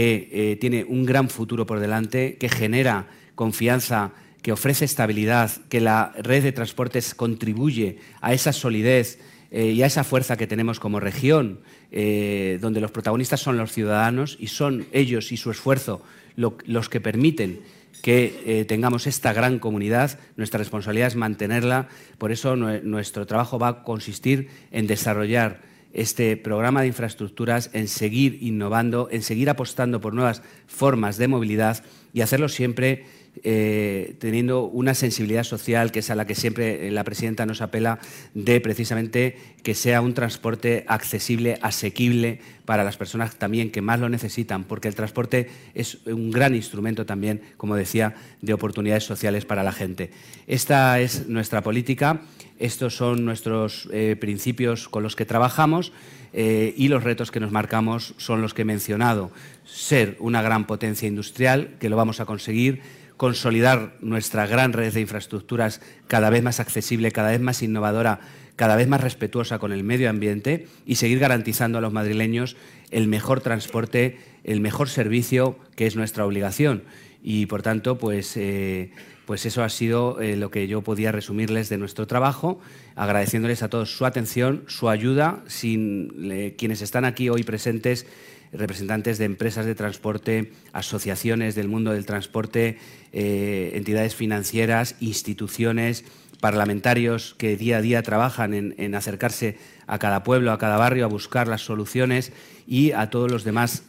que tiene un gran futuro por delante, que genera confianza, que ofrece estabilidad, que la red de transportes contribuye a esa solidez y a esa fuerza que tenemos como región, donde los protagonistas son los ciudadanos y son ellos y su esfuerzo los que permiten que tengamos esta gran comunidad. Nuestra responsabilidad es mantenerla. Por eso nuestro trabajo va a consistir en desarrollar este programa de infraestructuras, en seguir innovando, en seguir apostando por nuevas formas de movilidad y hacerlo siempre teniendo una sensibilidad social, que es a la que siempre la presidenta nos apela, de precisamente que sea un transporte accesible, asequible para las personas también que más lo necesitan, porque el transporte es un gran instrumento también, como decía, de oportunidades sociales para la gente. Esta es nuestra política, estos son nuestros principios con los que trabajamos y los retos que nos marcamos son los que he mencionado. Ser una gran potencia industrial, que lo vamos a conseguir, consolidar nuestra gran red de infraestructuras cada vez más accesible, cada vez más innovadora, cada vez más respetuosa con el medio ambiente y seguir garantizando a los madrileños el mejor transporte, el mejor servicio, que es nuestra obligación. Y, por tanto, pues eso ha sido lo que yo podía resumirles de nuestro trabajo, agradeciéndoles a todos su atención, su ayuda. Sin quienes están aquí hoy presentes, representantes de empresas de transporte, asociaciones del mundo del transporte, entidades financieras, instituciones, parlamentarios que día a día trabajan en acercarse a cada pueblo, a cada barrio, a buscar las soluciones, y a todos los demás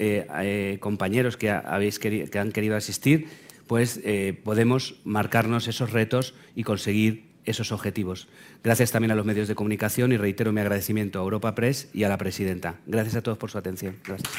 compañeros que han querido asistir, pues podemos marcarnos esos retos y conseguir esos objetivos. Gracias también a los medios de comunicación y reitero mi agradecimiento a Europa Press y a la presidenta. Gracias a todos por su atención. Gracias.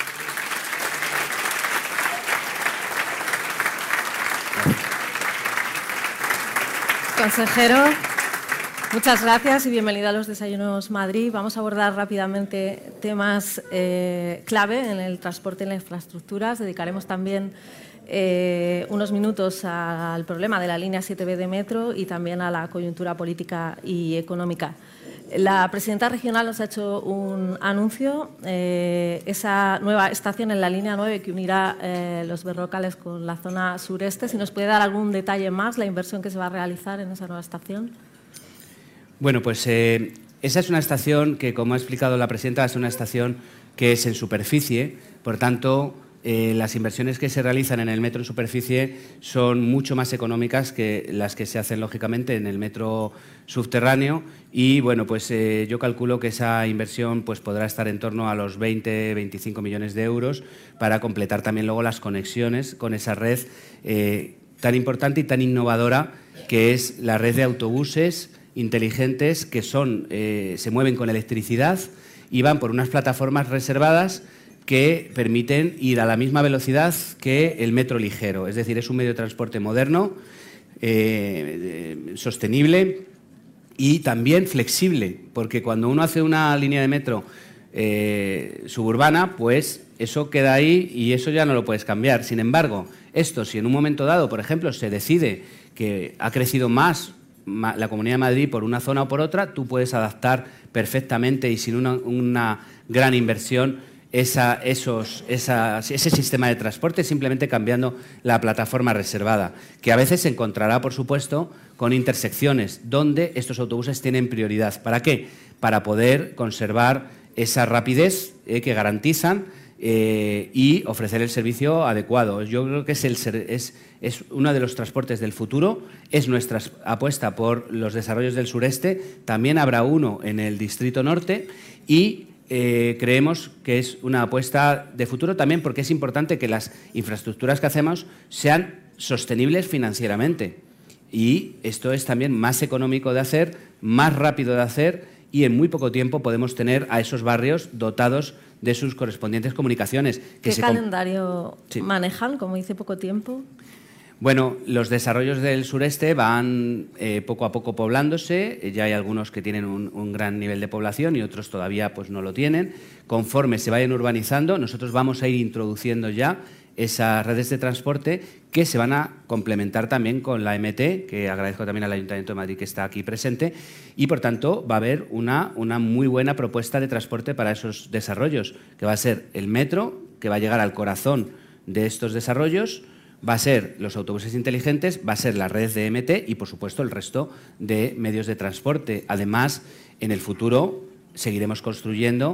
Consejero, muchas gracias y bienvenido a los Desayunos Madrid. Vamos a abordar rápidamente temas clave en el transporte y las infraestructuras. Dedicaremos también unos minutos al problema de la línea 7B de metro y también a la coyuntura política y económica. La presidenta regional nos ha hecho un anuncio, esa nueva estación en la línea 9 que unirá los Berrocales con la zona sureste. Si nos puede dar algún detalle más, la inversión que se va a realizar en esa nueva estación. Bueno, pues esa es una estación que, como ha explicado la presidenta, es una estación que es en superficie, por tanto, las inversiones que se realizan en el metro en superficie son mucho más económicas que las que se hacen, lógicamente, en el metro subterráneo y, bueno, pues yo calculo que esa inversión pues podrá estar en torno a los 20-25 millones de euros para completar también luego las conexiones con esa red tan importante y tan innovadora que es la red de autobuses inteligentes que se mueven con electricidad y van por unas plataformas reservadas que permiten ir a la misma velocidad que el metro ligero. Es decir, es un medio de transporte moderno, sostenible y también flexible, porque cuando uno hace una línea de metro suburbana, pues eso queda ahí y eso ya no lo puedes cambiar. Sin embargo, esto, si en un momento dado, por ejemplo, se decide que ha crecido más la Comunidad de Madrid por una zona o por otra, tú puedes adaptar perfectamente y sin una gran inversión ese sistema de transporte, simplemente cambiando la plataforma reservada, que a veces se encontrará, por supuesto, con intersecciones donde estos autobuses tienen prioridad. ¿Para qué? Para poder conservar esa rapidez que garantizan y ofrecer el servicio adecuado. Yo creo que es uno de los transportes del futuro, es nuestra apuesta por los desarrollos del sureste, también habrá uno en el Distrito Norte y creemos que es una apuesta de futuro también porque es importante que las infraestructuras que hacemos sean sostenibles financieramente. Y esto es también más económico de hacer, más rápido de hacer, y en muy poco tiempo podemos tener a esos barrios dotados de sus correspondientes comunicaciones. ¿Qué calendario manejan, como dice poco tiempo? Bueno, los desarrollos del sureste van poco a poco poblándose. Ya hay algunos que tienen un gran nivel de población y otros todavía pues, no lo tienen. Conforme se vayan urbanizando, nosotros vamos a ir introduciendo ya esas redes de transporte que se van a complementar también con la MT, que agradezco también al Ayuntamiento de Madrid que está aquí presente, y por tanto va a haber una muy buena propuesta de transporte para esos desarrollos, que va a ser el metro, que va a llegar al corazón de estos desarrollos, va a ser los autobuses inteligentes, va a ser la red de MT y, por supuesto, el resto de medios de transporte. Además, en el futuro seguiremos construyendo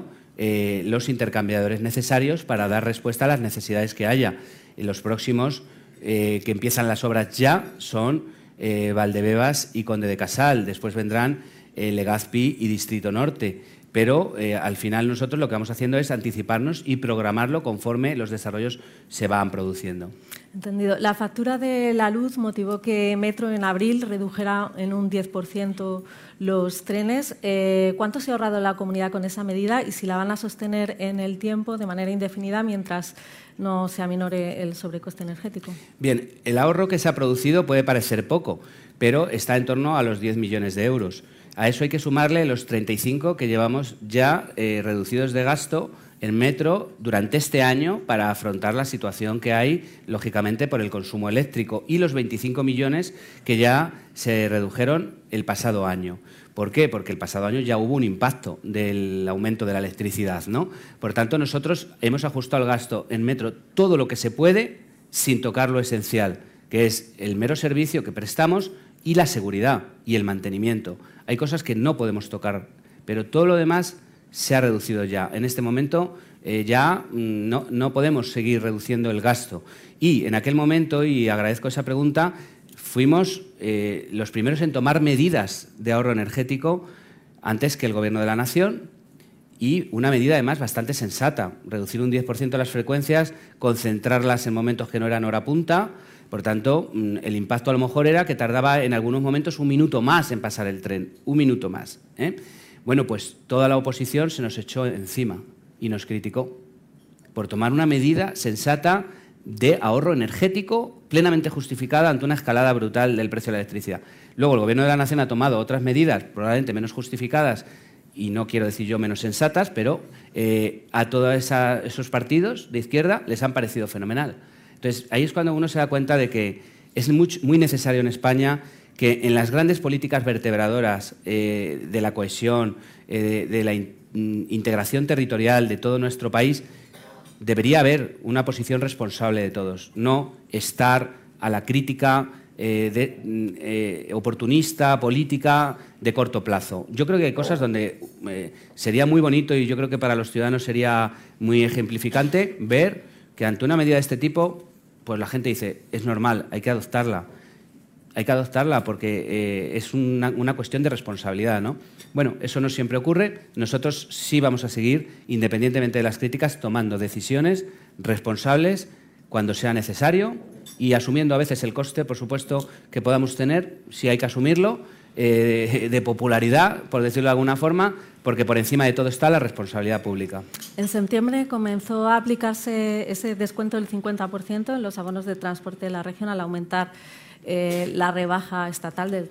los intercambiadores necesarios para dar respuesta a las necesidades que haya. En los próximos, que empiezan las obras ya, son Valdebebas y Conde de Casal. Después vendrán Legazpi y Distrito Norte. Pero al final nosotros lo que vamos haciendo es anticiparnos y programarlo conforme los desarrollos se van produciendo. Entendido. La factura de la luz motivó que Metro en abril redujera en un 10% los trenes. ¿Cuánto se ha ahorrado la comunidad con esa medida y si la van a sostener en el tiempo de manera indefinida mientras no se aminore el sobrecoste energético? Bien, el ahorro que se ha producido puede parecer poco, pero está en torno a los 10 millones de euros. A eso hay que sumarle los 35 que llevamos ya reducidos de gasto en Metro durante este año para afrontar la situación que hay, lógicamente, por el consumo eléctrico, y los 25 millones que ya se redujeron el pasado año. ¿Por qué? Porque el pasado año ya hubo un impacto del aumento de la electricidad, ¿no? Por tanto, nosotros hemos ajustado el gasto en Metro todo lo que se puede sin tocar lo esencial, que es el mero servicio que prestamos y la seguridad y el mantenimiento. Hay cosas que no podemos tocar, pero todo lo demás se ha reducido ya. En este momento ya no podemos seguir reduciendo el gasto. Y en aquel momento, y agradezco esa pregunta, fuimos los primeros en tomar medidas de ahorro energético antes que el Gobierno de la Nación, y una medida además bastante sensata, reducir un 10% las frecuencias, concentrarlas en momentos que no eran hora punta. Por tanto, el impacto a lo mejor era que tardaba en algunos momentos un minuto más en pasar el tren, un minuto más. Bueno, pues toda la oposición se nos echó encima y nos criticó por tomar una medida sensata de ahorro energético plenamente justificada ante una escalada brutal del precio de la electricidad. Luego el Gobierno de la Nación ha tomado otras medidas probablemente menos justificadas y no quiero decir yo menos sensatas, pero a todos esos partidos de izquierda les han parecido fenomenal. Entonces, ahí es cuando uno se da cuenta de que es muy necesario en España que en las grandes políticas vertebradoras de la cohesión, de la integración territorial de todo nuestro país, debería haber una posición responsable de todos, no estar a la crítica oportunista, política, de corto plazo. Yo creo que hay cosas donde sería muy bonito, y yo creo que para los ciudadanos sería muy ejemplificante ver que ante una medida de este tipo, pues la gente dice, es normal, hay que adoptarla. Hay que adoptarla porque es una cuestión de responsabilidad, ¿no? Bueno, eso no siempre ocurre. Nosotros sí vamos a seguir, independientemente de las críticas, tomando decisiones responsables cuando sea necesario y asumiendo a veces el coste, por supuesto, que podamos tener, si hay que asumirlo, de popularidad, por decirlo de alguna forma, porque por encima de todo está la responsabilidad pública. En septiembre comenzó a aplicarse ese descuento del 50% en los abonos de transporte de la región al aumentar la rebaja estatal del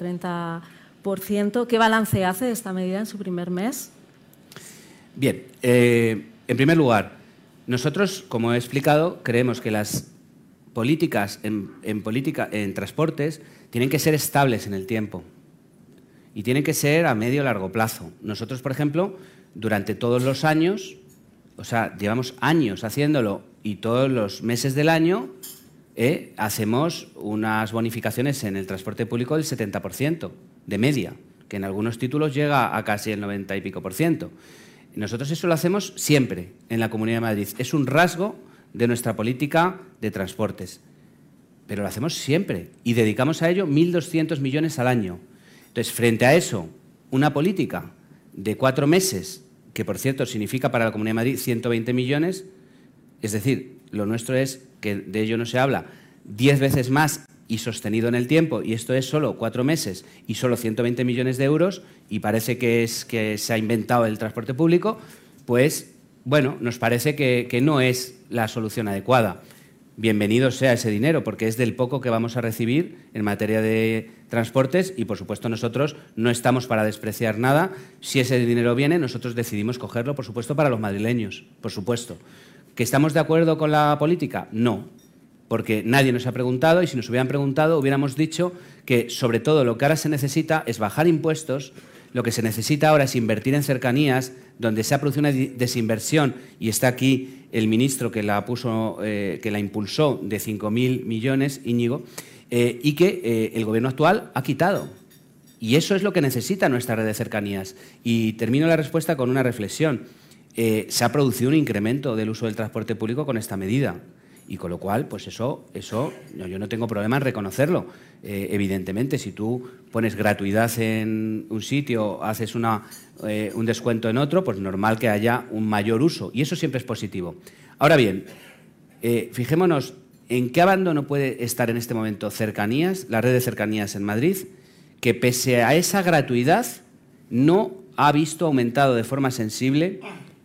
30%. ¿Qué balance hace de esta medida en su primer mes? Bien, en primer lugar, nosotros, como he explicado, creemos que las políticas en transportes tienen que ser estables en el tiempo y tienen que ser a medio o largo plazo. Nosotros, por ejemplo, durante todos los años, o sea, llevamos años haciéndolo y todos los meses del año hacemos unas bonificaciones en el transporte público del 70% de media, que en algunos títulos llega a casi el 90 y pico %. Nosotros eso lo hacemos siempre en la Comunidad de Madrid. Es un rasgo de nuestra política de transportes, pero lo hacemos siempre y dedicamos a ello 1.200 millones al año. Entonces, frente a eso, una política de 4 meses, que por cierto significa para la Comunidad de Madrid 120 millones, es decir, lo nuestro es, que de ello no se habla, 10 veces más y sostenido en el tiempo, y esto es solo 4 meses y solo 120 millones de euros, y parece que se ha inventado el transporte público, pues, bueno, nos parece que no es la solución adecuada. Bienvenido sea ese dinero, porque es del poco que vamos a recibir en materia de transportes y, por supuesto, nosotros no estamos para despreciar nada. Si ese dinero viene, nosotros decidimos cogerlo, por supuesto, para los madrileños, por supuesto. ¿Que estamos de acuerdo con la política? No, porque nadie nos ha preguntado, y si nos hubieran preguntado hubiéramos dicho que, sobre todo, lo que ahora se necesita es bajar impuestos. Lo que se necesita ahora es invertir en cercanías, donde se ha producido una desinversión, y está aquí el ministro que la impulsó, de 5.000 millones, Íñigo, y que el Gobierno actual ha quitado. Y eso es lo que necesita nuestra red de cercanías. Y termino la respuesta con una reflexión. Se ha producido un incremento del uso del transporte público con esta medida. Y con lo cual, pues eso yo no tengo problema en reconocerlo. Evidentemente, si tú pones gratuidad en un sitio, haces un descuento en otro, pues normal que haya un mayor uso. Y eso siempre es positivo. Ahora bien, fijémonos en qué abandono puede estar en este momento cercanías, la red de cercanías en Madrid, que pese a esa gratuidad no ha visto aumentado de forma sensible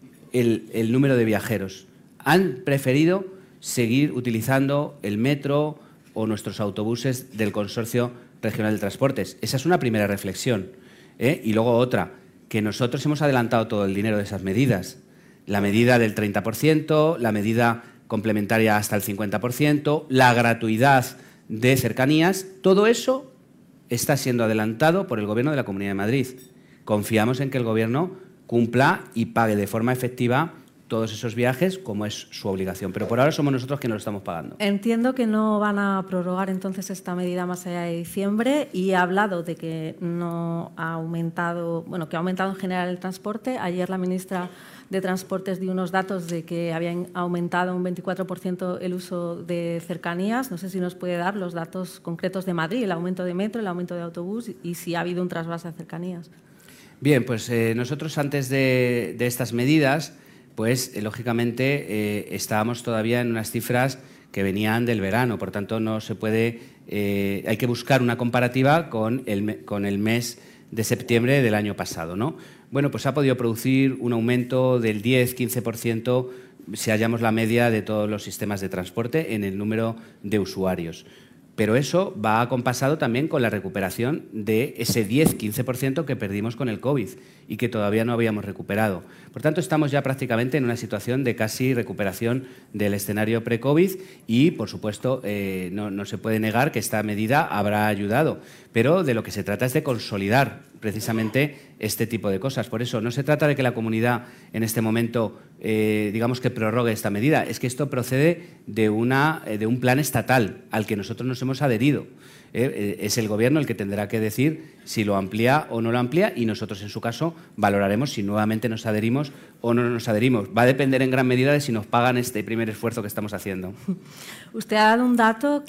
el número de viajeros. Han preferido seguir utilizando el metro o nuestros autobuses del Consorcio Regional de Transportes. Esa es una primera reflexión. Y luego otra, que nosotros hemos adelantado todo el dinero de esas medidas. La medida del 30%, la medida complementaria hasta el 50%, la gratuidad de cercanías, todo eso está siendo adelantado por el Gobierno de la Comunidad de Madrid. Confiamos en que el Gobierno cumpla y pague de forma efectiva todos esos viajes, como es su obligación. Pero por ahora somos nosotros quienes lo estamos pagando. Entiendo que no van a prorrogar entonces esta medida más allá de diciembre, y ha hablado de que no ha aumentado, bueno, que ha aumentado en general el transporte. Ayer la ministra de Transportes dio unos datos de que habían aumentado un 24% el uso de cercanías. No sé si nos puede dar los datos concretos de Madrid, el aumento de metro, el aumento de autobús, y si ha habido un trasvase a cercanías. Bien, pues nosotros antes de estas medidas, pues lógicamente estábamos todavía en unas cifras que venían del verano, por tanto no se puede, hay que buscar una comparativa con el mes de septiembre del año pasado, ¿no? Bueno, pues ha podido producir un aumento del 10-15% si hallamos la media de todos los sistemas de transporte en el número de usuarios. Pero eso va acompasado también con la recuperación de ese 10-15% que perdimos con el COVID y que todavía no habíamos recuperado. Por tanto, estamos ya prácticamente en una situación de casi recuperación del escenario pre-COVID y, por supuesto, no se puede negar que esta medida habrá ayudado. Pero de lo que se trata es de consolidar precisamente este tipo de cosas. Por eso no se trata de que la comunidad en este momento digamos que prorrogue esta medida, es que esto procede de un plan estatal al que nosotros nos hemos adherido. Es el Gobierno el que tendrá que decir si lo amplía o no lo amplía, y nosotros, en su caso, valoraremos si nuevamente nos adherimos o no nos adherimos. Va a depender en gran medida de si nos pagan este primer esfuerzo que estamos haciendo. Usted ha dado un dato,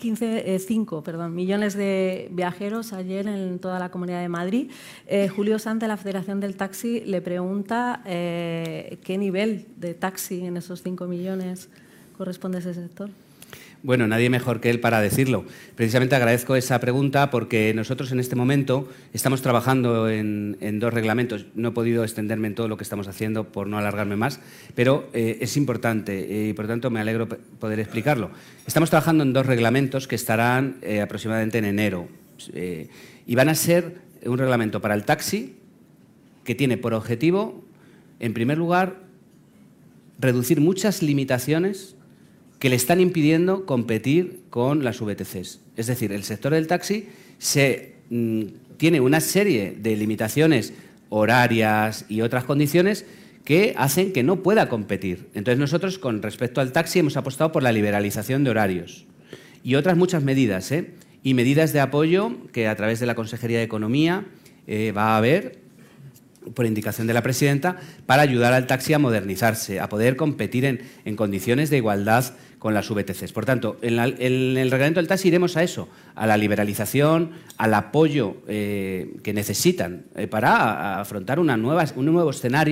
5 millones de viajeros ayer en toda la Comunidad de Madrid. Julio Sanz, de la Federación del Taxi, le pregunta qué nivel de taxi en esos 5 millones corresponde a ese sector. Bueno, nadie mejor que él para decirlo. Precisamente agradezco esa pregunta porque nosotros en este momento estamos trabajando en 2 reglamentos. No he podido extenderme en todo lo que estamos haciendo por no alargarme más, pero es importante y por tanto me alegro poder explicarlo. Estamos trabajando en 2 reglamentos que estarán aproximadamente en enero y van a ser un reglamento para el taxi que tiene por objetivo, en primer lugar, reducir muchas limitaciones que le están impidiendo competir con las VTCs. Es decir, el sector del taxi tiene una serie de limitaciones horarias y otras condiciones que hacen que no pueda competir. Entonces nosotros, con respecto al taxi, hemos apostado por la liberalización de horarios y otras muchas medidas, y medidas de apoyo que a través de la Consejería de Economía va a haber, por indicación de la presidenta, para ayudar al taxi a modernizarse, a poder competir en condiciones de igualdad con las VTCs. Por tanto, en el reglamento del taxi iremos a eso, a la liberalización, al apoyo que necesitan para afrontar un nuevo escenario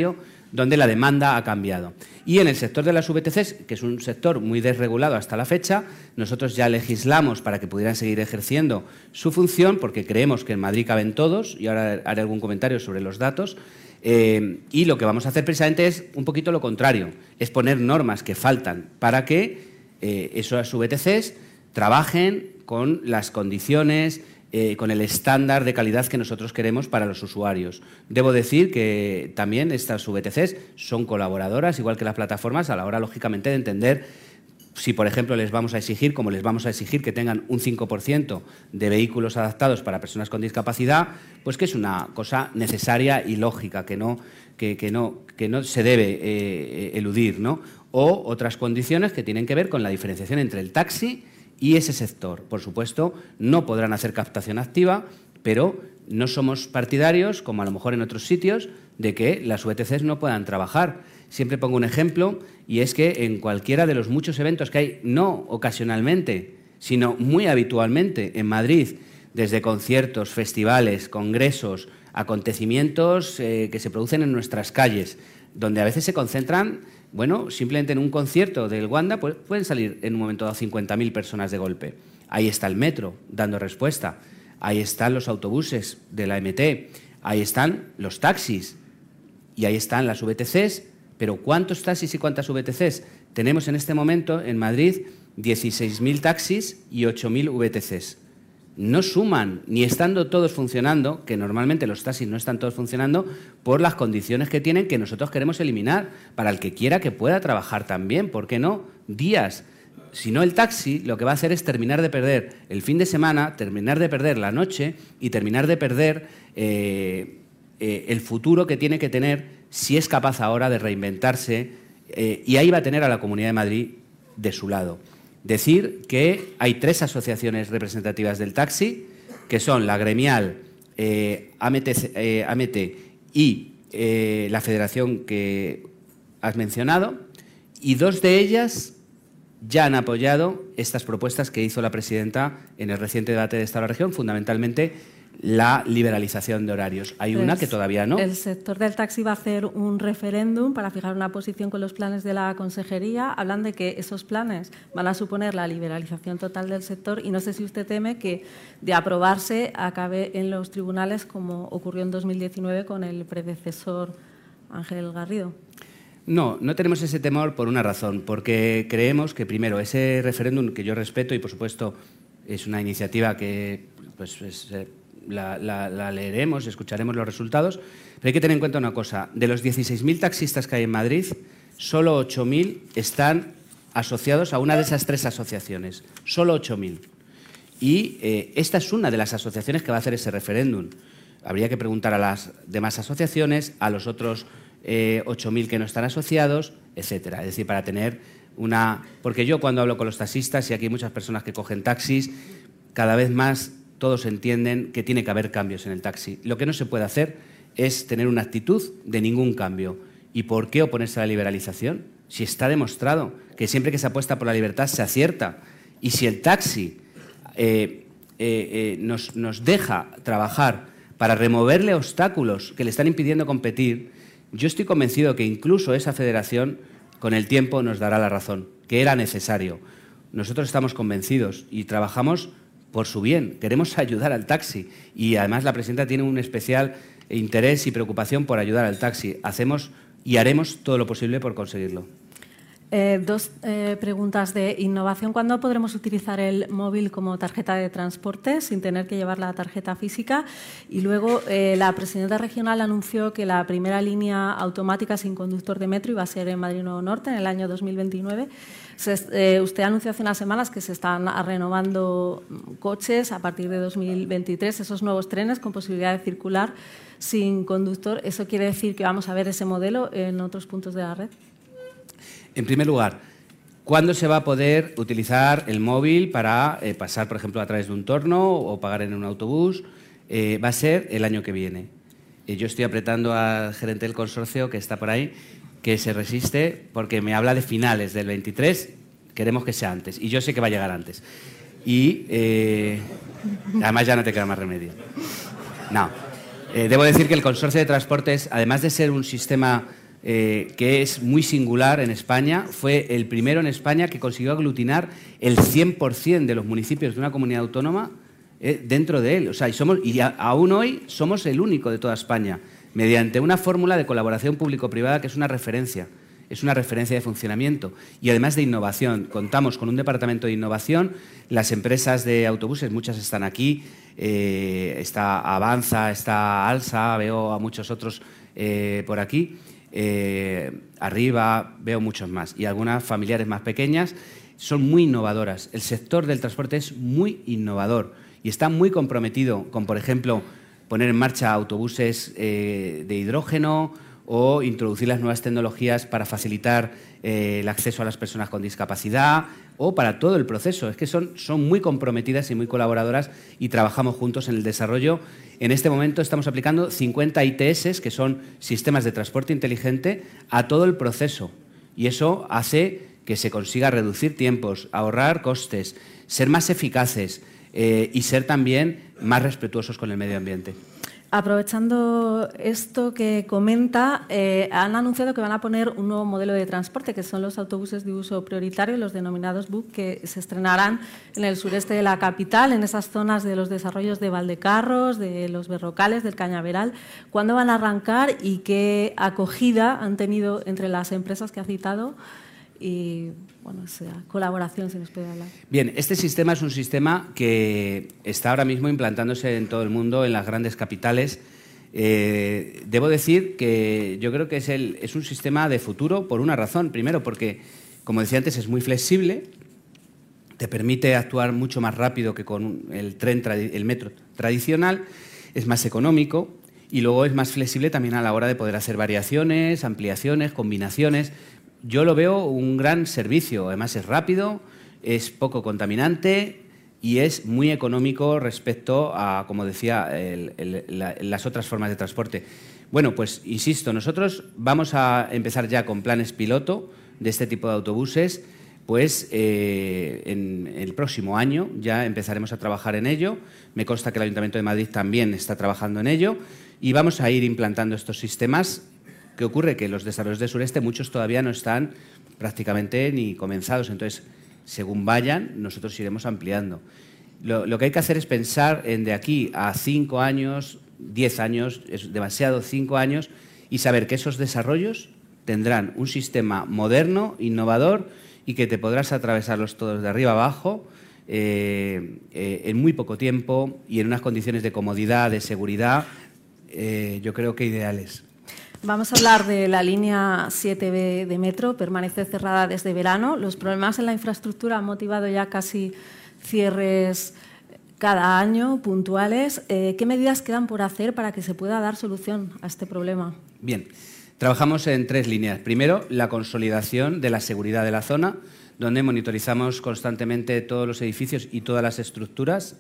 donde la demanda ha cambiado. Y en el sector de las VTCs, que es un sector muy desregulado hasta la fecha, nosotros ya legislamos para que pudieran seguir ejerciendo su función, porque creemos que en Madrid caben todos, y ahora haré algún comentario sobre los datos. Y lo que vamos a hacer precisamente es un poquito lo contrario, es poner normas que faltan para que esas VTCs trabajen con las condiciones, con el estándar de calidad que nosotros queremos para los usuarios. Debo decir que también estas VTCs son colaboradoras, igual que las plataformas, a la hora, lógicamente, de entender si, por ejemplo, les vamos a exigir, como les vamos a exigir que tengan un 5% de vehículos adaptados para personas con discapacidad, pues que es una cosa necesaria y lógica, que no se debe eludir, ¿no? O otras condiciones que tienen que ver con la diferenciación entre el taxi y ese sector. Por supuesto, no podrán hacer captación activa, pero no somos partidarios, como a lo mejor en otros sitios, de que las VTCs no puedan trabajar. Siempre pongo un ejemplo, y es que en cualquiera de los muchos eventos que hay, no ocasionalmente, sino muy habitualmente en Madrid, desde conciertos, festivales, congresos, acontecimientos que se producen en nuestras calles, donde a veces se concentran, bueno, simplemente en un concierto del Wanda pues pueden salir en un momento dado 50.000 personas de golpe. Ahí está el metro dando respuesta, ahí están los autobuses de la MT, ahí están los taxis y ahí están las VTCs. Pero ¿cuántos taxis y cuántas VTCs? Tenemos en este momento en Madrid 16.000 taxis y 8.000 VTCs. No suman, ni estando todos funcionando, que normalmente los taxis no están todos funcionando, por las condiciones que tienen que nosotros queremos eliminar, para el que quiera que pueda trabajar también, ¿por qué no? Días. Si no, el taxi lo que va a hacer es terminar de perder el fin de semana, terminar de perder la noche y terminar de perder el futuro que tiene que tener si es capaz ahora de reinventarse, y ahí va a tener a la Comunidad de Madrid de su lado. Decir que hay 3 asociaciones representativas del taxi, que son la gremial, AMT y la federación que has mencionado, y 2 de ellas ya han apoyado estas propuestas que hizo la presidenta en el reciente debate de Estado de la Región, fundamentalmente la liberalización de horarios. Hay una que todavía no. El sector del taxi va a hacer un referéndum para fijar una posición con los planes de la Consejería. Hablan de que esos planes van a suponer la liberalización total del sector y no sé si usted teme que, de aprobarse, acabe en los tribunales como ocurrió en 2019 con el predecesor Ángel Garrido. No, no tenemos ese temor por una razón, porque creemos que, primero, ese referéndum, que yo respeto y, por supuesto, es una iniciativa que pues, la leeremos, escucharemos los resultados, pero hay que tener en cuenta una cosa. De los 16.000 taxistas que hay en Madrid, solo 8.000 están asociados a una de esas 3 asociaciones. Solo 8.000. Y esta es una de las asociaciones que va a hacer ese referéndum. Habría que preguntar a las demás asociaciones, a los otros 8.000 que no están asociados, etcétera. Es decir, para tener una... Porque yo cuando hablo con los taxistas, y aquí hay muchas personas que cogen taxis, cada vez más todos entienden que tiene que haber cambios en el taxi. Lo que no se puede hacer es tener una actitud de ningún cambio. ¿Y por qué oponerse a la liberalización? Si está demostrado que siempre que se apuesta por la libertad se acierta. Y si el taxi nos deja trabajar para removerle obstáculos que le están impidiendo competir, yo estoy convencido que incluso esa federación con el tiempo nos dará la razón, que era necesario. Nosotros estamos convencidos y trabajamos por su bien, queremos ayudar al taxi y además la presidenta tiene un especial interés y preocupación por ayudar al taxi. Hacemos y haremos todo lo posible por conseguirlo. 2 preguntas de innovación. ¿Cuándo podremos utilizar el móvil como tarjeta de transporte sin tener que llevar la tarjeta física? Y luego, la presidenta regional anunció que la primera línea automática sin conductor de metro iba a ser en Madrid Nuevo Norte en el año 2029. Usted anunció hace unas semanas que se están renovando coches a partir de 2023, esos nuevos trenes con posibilidad de circular sin conductor. ¿Eso quiere decir que vamos a ver ese modelo en otros puntos de la red? En primer lugar, ¿cuándo se va a poder utilizar el móvil para pasar, por ejemplo, a través de un torno o pagar en un autobús? Va a ser el año que viene. Yo estoy apretando al gerente del consorcio, que está por ahí, que se resiste porque me habla de finales del 23, queremos que sea antes. Y yo sé que va a llegar antes. Y además ya no te queda más remedio. No. Debo decir que el consorcio de transportes, además de ser un sistema que es muy singular en España. Fue el primero en España que consiguió aglutinar el 100% de los municipios de una comunidad autónoma dentro de él. O sea, aún hoy somos el único de toda España, mediante una fórmula de colaboración público-privada que es una referencia de funcionamiento y además de innovación. Contamos con un departamento de innovación. Las empresas de autobuses, muchas están aquí, está Avanza, está Alsa, veo a muchos otros por aquí, Arriba, veo muchos más, y algunas familiares más pequeñas. Son muy innovadoras. El sector del transporte es muy innovador y está muy comprometido con, por ejemplo, poner en marcha autobuses de hidrógeno o introducir las nuevas tecnologías para facilitar el acceso a las personas con discapacidad o para todo el proceso. Es que son muy comprometidas y muy colaboradoras y trabajamos juntos en el desarrollo. En este momento estamos aplicando 50 ITS, que son sistemas de transporte inteligente, a todo el proceso. Y eso hace que se consiga reducir tiempos, ahorrar costes, ser más eficaces y ser también más respetuosos con el medio ambiente. Aprovechando esto que comenta, han anunciado que van a poner un nuevo modelo de transporte, que son los autobuses de uso prioritario, los denominados BUP, que se estrenarán en el sureste de la capital, en esas zonas de los desarrollos de Valdecarros, de los Berrocales, del Cañaveral. ¿Cuándo van a arrancar y qué acogida han tenido entre las empresas que ha citado? Y, bueno, esa colaboración, si nos puede hablar. Bien, este sistema es un sistema que está ahora mismo implantándose en todo el mundo, en las grandes capitales. Debo decir que yo creo que es un sistema de futuro por una razón. Primero, porque, como decía antes, es muy flexible, te permite actuar mucho más rápido que con el metro tradicional, es más económico y luego es más flexible también a la hora de poder hacer variaciones, ampliaciones, combinaciones. Yo lo veo un gran servicio, además es rápido, es poco contaminante y es muy económico respecto a, como decía, las otras formas de transporte. Bueno, pues insisto, nosotros vamos a empezar ya con planes piloto de este tipo de autobuses, pues en el próximo año ya empezaremos a trabajar en ello. Me consta que el Ayuntamiento de Madrid también está trabajando en ello y vamos a ir implantando estos sistemas. ¿Qué ocurre? Que los desarrollos del sureste, muchos todavía no están prácticamente ni comenzados. Entonces, según vayan, nosotros iremos ampliando. Lo que hay que hacer es pensar en de aquí a 5 años, 10 años, es demasiado 5 años, y saber que esos desarrollos tendrán un sistema moderno, innovador, y que te podrás atravesarlos todos de arriba abajo en muy poco tiempo y en unas condiciones de comodidad, de seguridad, yo creo que ideales. Vamos a hablar de la línea 7B de metro, permanece cerrada desde verano. Los problemas en la infraestructura han motivado ya casi cierres cada año, puntuales. ¿Qué medidas quedan por hacer para que se pueda dar solución a este problema? Bien, trabajamos en 3 líneas. Primero, la consolidación de la seguridad de la zona, donde monitorizamos constantemente todos los edificios y todas las estructuras.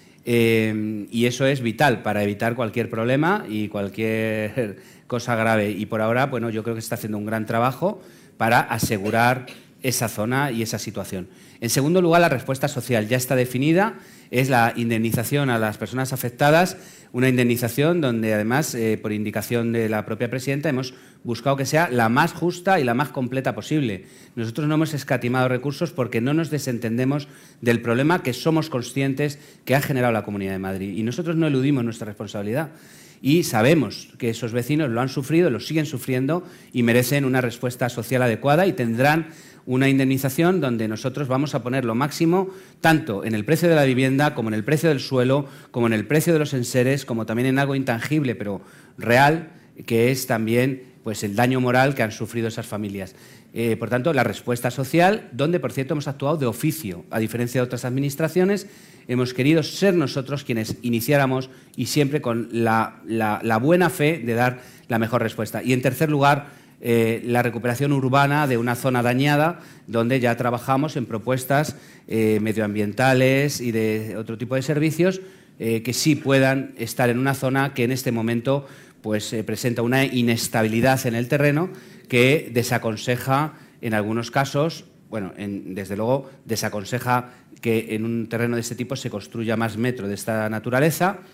Y eso es vital para evitar cualquier problema y cualquier cosa grave. Y por ahora, bueno, yo creo que se está haciendo un gran trabajo para asegurar esa zona y esa situación. En segundo lugar, la respuesta social ya está definida, es la indemnización a las personas afectadas, una indemnización donde además, por indicación de la propia presidenta, hemos buscado que sea la más justa y la más completa posible. Nosotros no hemos escatimado recursos porque no nos desentendemos del problema que somos conscientes que ha generado la Comunidad de Madrid y nosotros no eludimos nuestra responsabilidad. Y sabemos que esos vecinos lo han sufrido, lo siguen sufriendo y merecen una respuesta social adecuada y tendrán una indemnización donde nosotros vamos a poner lo máximo tanto en el precio de la vivienda como en el precio del suelo, como en el precio de los enseres, como también en algo intangible pero real, que es también pues, el daño moral que han sufrido esas familias. Por tanto, la respuesta social, donde, por cierto, hemos actuado de oficio, a diferencia de otras administraciones, hemos querido ser nosotros quienes iniciáramos y siempre con la buena fe de dar la mejor respuesta. Y, en tercer lugar, la recuperación urbana de una zona dañada, donde ya trabajamos en propuestas medioambientales y de otro tipo de servicios que sí puedan estar en una zona que en este momento pues, presenta una inestabilidad en el terreno que desaconseja en algunos casos, bueno, desde luego desaconseja que en un terreno de este tipo se construya más metro de esta naturaleza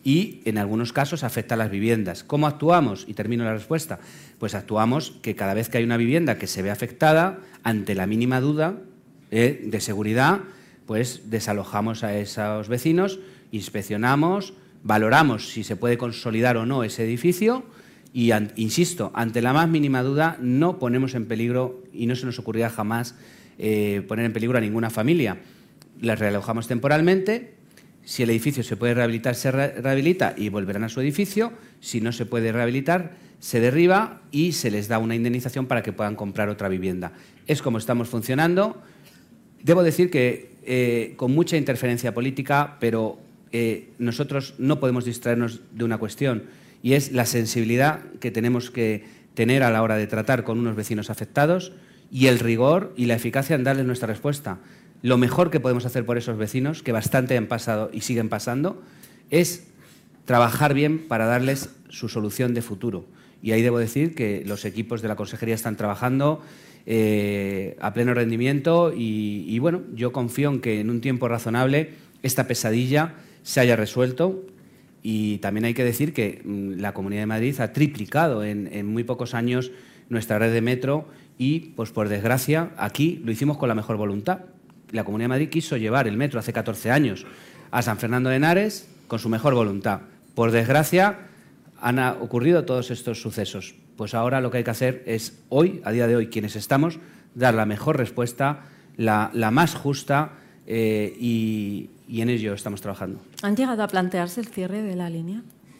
y en algunos casos afecta a las viviendas. ¿Cómo actuamos? Y termino la respuesta. Pues actuamos que cada vez que hay una vivienda que se ve afectada, ante la mínima duda de seguridad, pues desalojamos a esos vecinos, inspeccionamos, valoramos si se puede consolidar o no ese edificio y, insisto, ante la más mínima duda no ponemos en peligro, y no se nos ocurrirá jamás poner en peligro a ninguna familia. Les realojamos temporalmente. Si el edificio se puede rehabilitar, se rehabilita y volverán a su edificio. Si no se puede rehabilitar, se derriba y se les da una indemnización para que puedan comprar otra vivienda. Es como estamos funcionando. Debo decir que con mucha interferencia política, pero nosotros no podemos distraernos de una cuestión, y es la sensibilidad que tenemos que tener a la hora de tratar con unos vecinos afectados y el rigor y la eficacia en darles nuestra respuesta. Lo mejor que podemos hacer por esos vecinos, que bastante han pasado y siguen pasando, es trabajar bien para darles su solución de futuro. Y ahí debo decir que los equipos de la Consejería están trabajando a pleno rendimiento y bueno, yo confío en que en un tiempo razonable esta pesadilla se haya resuelto. Y también hay que decir que la Comunidad de Madrid ha triplicado en muy pocos años nuestra red de metro y, pues por desgracia, aquí lo hicimos con la mejor voluntad. La Comunidad de Madrid quiso llevar el metro hace 14 años a San Fernando de Henares con su mejor voluntad. Por desgracia, han ocurrido todos estos sucesos. Pues ahora lo que hay que hacer es, hoy, a día de hoy, quienes estamos, dar la mejor respuesta, la más justa y en ello estamos trabajando. ¿Han llegado a plantearse el cierre de la línea?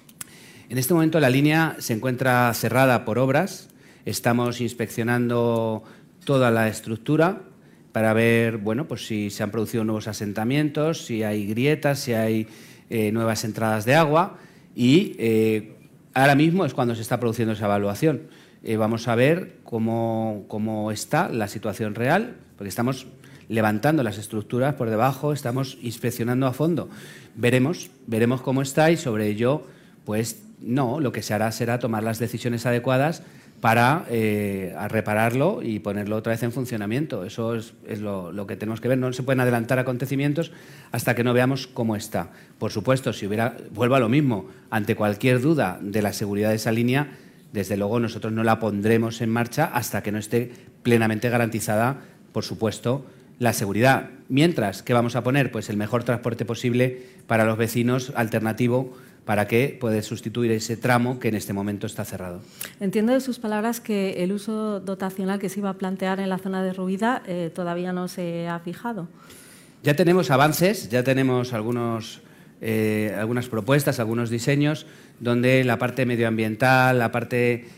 En este momento la línea se encuentra cerrada por obras. Estamos inspeccionando toda la estructura para ver, bueno, pues si se han producido nuevos asentamientos, si hay grietas, si hay nuevas entradas de agua y ahora mismo es cuando se está produciendo esa evaluación. Vamos a ver cómo está la situación real, porque estamos levantando las estructuras por debajo, estamos inspeccionando a fondo. Veremos cómo está y sobre ello, pues no, lo que se hará será tomar las decisiones adecuadas para repararlo y ponerlo otra vez en funcionamiento. Eso es lo que tenemos que ver. No se pueden adelantar acontecimientos hasta que no veamos cómo está. Por supuesto, vuelvo a lo mismo, ante cualquier duda de la seguridad de esa línea, desde luego nosotros no la pondremos en marcha hasta que no esté plenamente garantizada, por supuesto, la seguridad. Mientras, ¿qué vamos a poner? Pues el mejor transporte posible para los vecinos, alternativo, para que pueda sustituir ese tramo que en este momento está cerrado. Entiendo de sus palabras que el uso dotacional que se iba a plantear en la zona de Rubida todavía no se ha fijado. Ya tenemos avances, ya tenemos algunas propuestas, algunos diseños, donde la parte medioambiental, la parte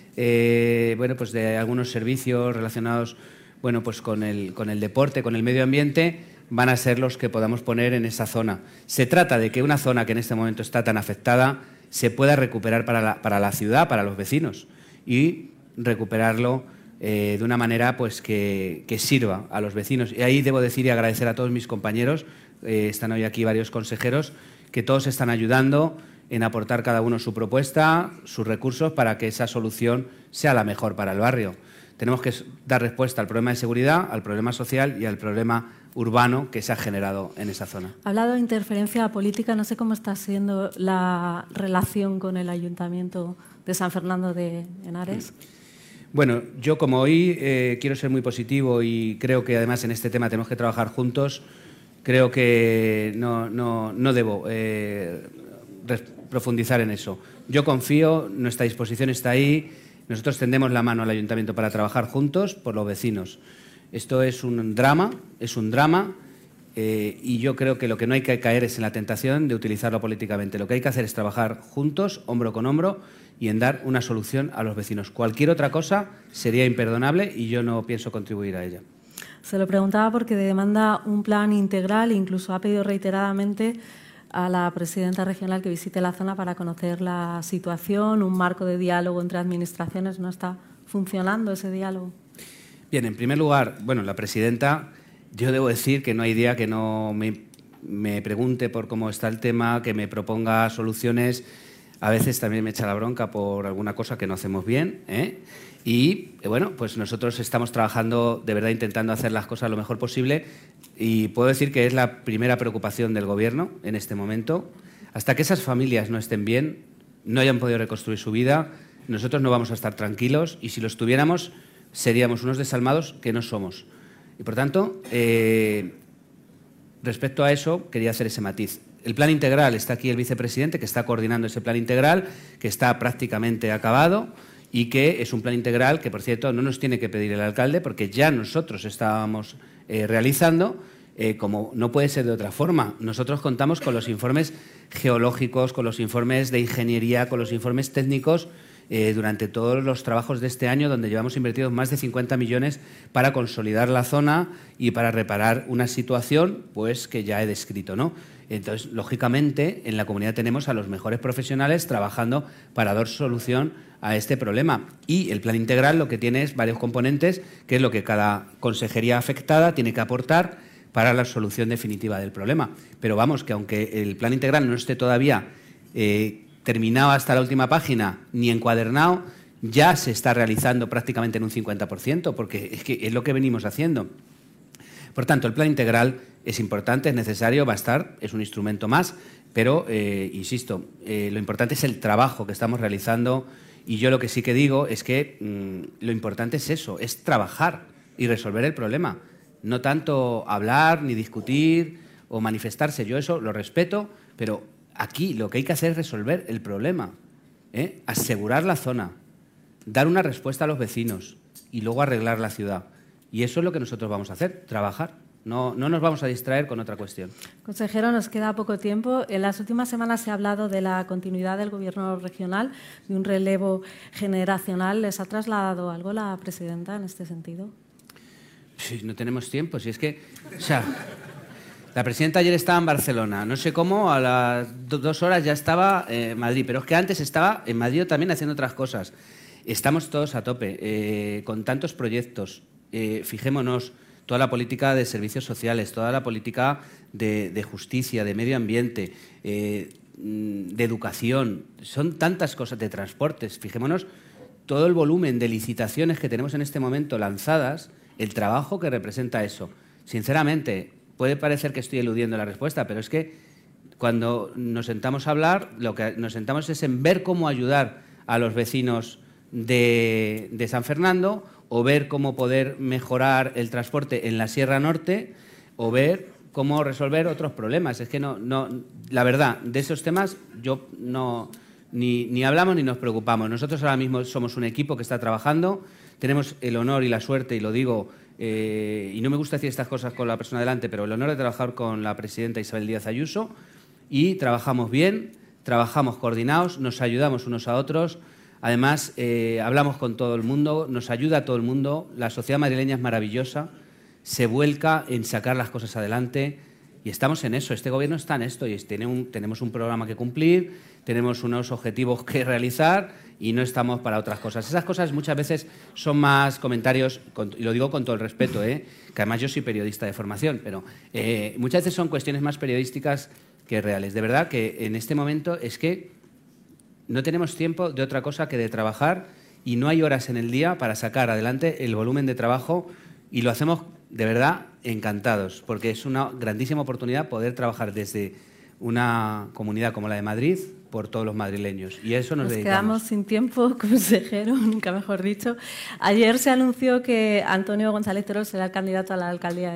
pues de algunos servicios relacionados pues con el deporte, con el medio ambiente, van a ser los que podamos poner en esa zona. Se trata de que una zona que en este momento está tan afectada se pueda recuperar para la ciudad, para los vecinos, y recuperarlo de una manera pues que sirva a los vecinos. Y ahí debo decir y agradecer a todos mis compañeros, están hoy aquí varios consejeros, que todos están ayudando en aportar cada uno su propuesta, sus recursos, para que esa solución sea la mejor para el barrio. Tenemos que dar respuesta al problema de seguridad, al problema social y al problema urbano que se ha generado en esa zona. Ha hablado de interferencia política. No sé cómo está siendo la relación con el Ayuntamiento de San Fernando de Henares. Bueno, yo como hoy quiero ser muy positivo y creo que además en este tema tenemos que trabajar juntos. Creo que no debo profundizar en eso. Yo confío, nuestra disposición está ahí. Nosotros tendemos la mano al Ayuntamiento para trabajar juntos por los vecinos. Esto es un drama y yo creo que lo que no hay que caer es en la tentación de utilizarlo políticamente. Lo que hay que hacer es trabajar juntos, hombro con hombro, y en dar una solución a los vecinos. Cualquier otra cosa sería imperdonable y yo no pienso contribuir a ella. Se lo preguntaba porque demanda un plan integral, incluso ha pedido reiteradamente a la presidenta regional que visite la zona para conocer la situación, un marco de diálogo entre administraciones. ¿No está funcionando ese diálogo? Bien, en primer lugar, bueno, la presidenta, yo debo decir que no hay día que no me pregunte por cómo está el tema, que me proponga soluciones. A veces también me echa la bronca por alguna cosa que no hacemos bien, Y, bueno, pues nosotros estamos trabajando, de verdad, intentando hacer las cosas lo mejor posible y puedo decir que es la primera preocupación del Gobierno en este momento, Hasta que esas familias no estén bien, no hayan podido reconstruir su vida, nosotros no vamos a estar tranquilos y si lo estuviéramos seríamos unos desalmados que no somos. Y por tanto, respecto a eso, quería hacer ese matiz. El plan integral, está aquí el vicepresidente que está coordinando ese plan integral, que está prácticamente acabado y que es un plan integral que, por cierto, no nos tiene que pedir el alcalde porque ya nosotros estábamos realizando, como no puede ser de otra forma. Nosotros contamos con los informes geológicos, con los informes de ingeniería, con los informes técnicos durante todos los trabajos de este año, donde llevamos invertidos más de 50 millones para consolidar la zona y para reparar una situación pues, que ya he descrito, ¿no? Entonces, lógicamente, en la comunidad tenemos a los mejores profesionales trabajando para dar solución a este problema. Y el plan integral lo que tiene es varios componentes, que es lo que cada consejería afectada tiene que aportar para la solución definitiva del problema. Pero vamos, que aunque el plan integral no esté todavía terminado hasta la última página ni encuadernado, ya se está realizando prácticamente en un 50%, porque es lo que venimos haciendo. Por tanto, el plan integral es importante, es necesario, va a estar, es un instrumento más, pero, insisto, lo importante es el trabajo que estamos realizando y yo lo que sí que digo es que lo importante es eso, es trabajar y resolver el problema, no tanto hablar ni discutir o manifestarse. Yo eso lo respeto, pero aquí lo que hay que hacer es resolver el problema, asegurar la zona, dar una respuesta a los vecinos y luego arreglar la ciudad. Y eso es lo que nosotros vamos a hacer, trabajar. No nos vamos a distraer con otra cuestión. Consejero, nos queda poco tiempo. En las últimas semanas se ha hablado de la continuidad del Gobierno regional, de un relevo generacional. ¿Les ha trasladado algo la presidenta en este sentido? Sí, no tenemos tiempo. Si es que, o sea, la presidenta ayer estaba en Barcelona. No sé cómo, a las 2 horas ya estaba en Madrid. Pero es que antes estaba en Madrid también haciendo otras cosas. Estamos todos a tope, con tantos proyectos. Fijémonos, toda la política de servicios sociales, toda la política de justicia, de medio ambiente, de educación, son tantas cosas, de transportes. Fijémonos todo el volumen de licitaciones que tenemos en este momento lanzadas, el trabajo que representa eso. Sinceramente, puede parecer que estoy eludiendo la respuesta, pero es que cuando nos sentamos a hablar, lo que nos sentamos es en ver cómo ayudar a los vecinos de San Fernando, o ver cómo poder mejorar el transporte en la Sierra Norte, o ver cómo resolver otros problemas. Es que no, la verdad, de esos temas yo no ni hablamos ni nos preocupamos. Nosotros ahora mismo somos un equipo que está trabajando, tenemos el honor y la suerte, y lo digo, y no me gusta decir estas cosas con la persona delante, pero el honor de trabajar con la presidenta Isabel Díaz Ayuso, y trabajamos bien, trabajamos coordinados, nos ayudamos unos a otros. Además, hablamos con todo el mundo, nos ayuda a todo el mundo, la sociedad madrileña es maravillosa, se vuelca en sacar las cosas adelante y estamos en eso. Este gobierno está en esto y tenemos un programa que cumplir, tenemos unos objetivos que realizar y no estamos para otras cosas. Esas cosas muchas veces son más comentarios, y lo digo con todo el respeto, que además yo soy periodista de formación, pero muchas veces son cuestiones más periodísticas que reales. De verdad que en este momento es que no tenemos tiempo de otra cosa que de trabajar y no hay horas en el día para sacar adelante el volumen de trabajo y lo hacemos de verdad encantados porque es una grandísima oportunidad poder trabajar desde una comunidad como la de Madrid por todos los madrileños y eso nos dedicamos. Quedamos sin tiempo, consejero, nunca mejor dicho. Ayer se anunció que Antonio González Terol será el candidato a la alcaldía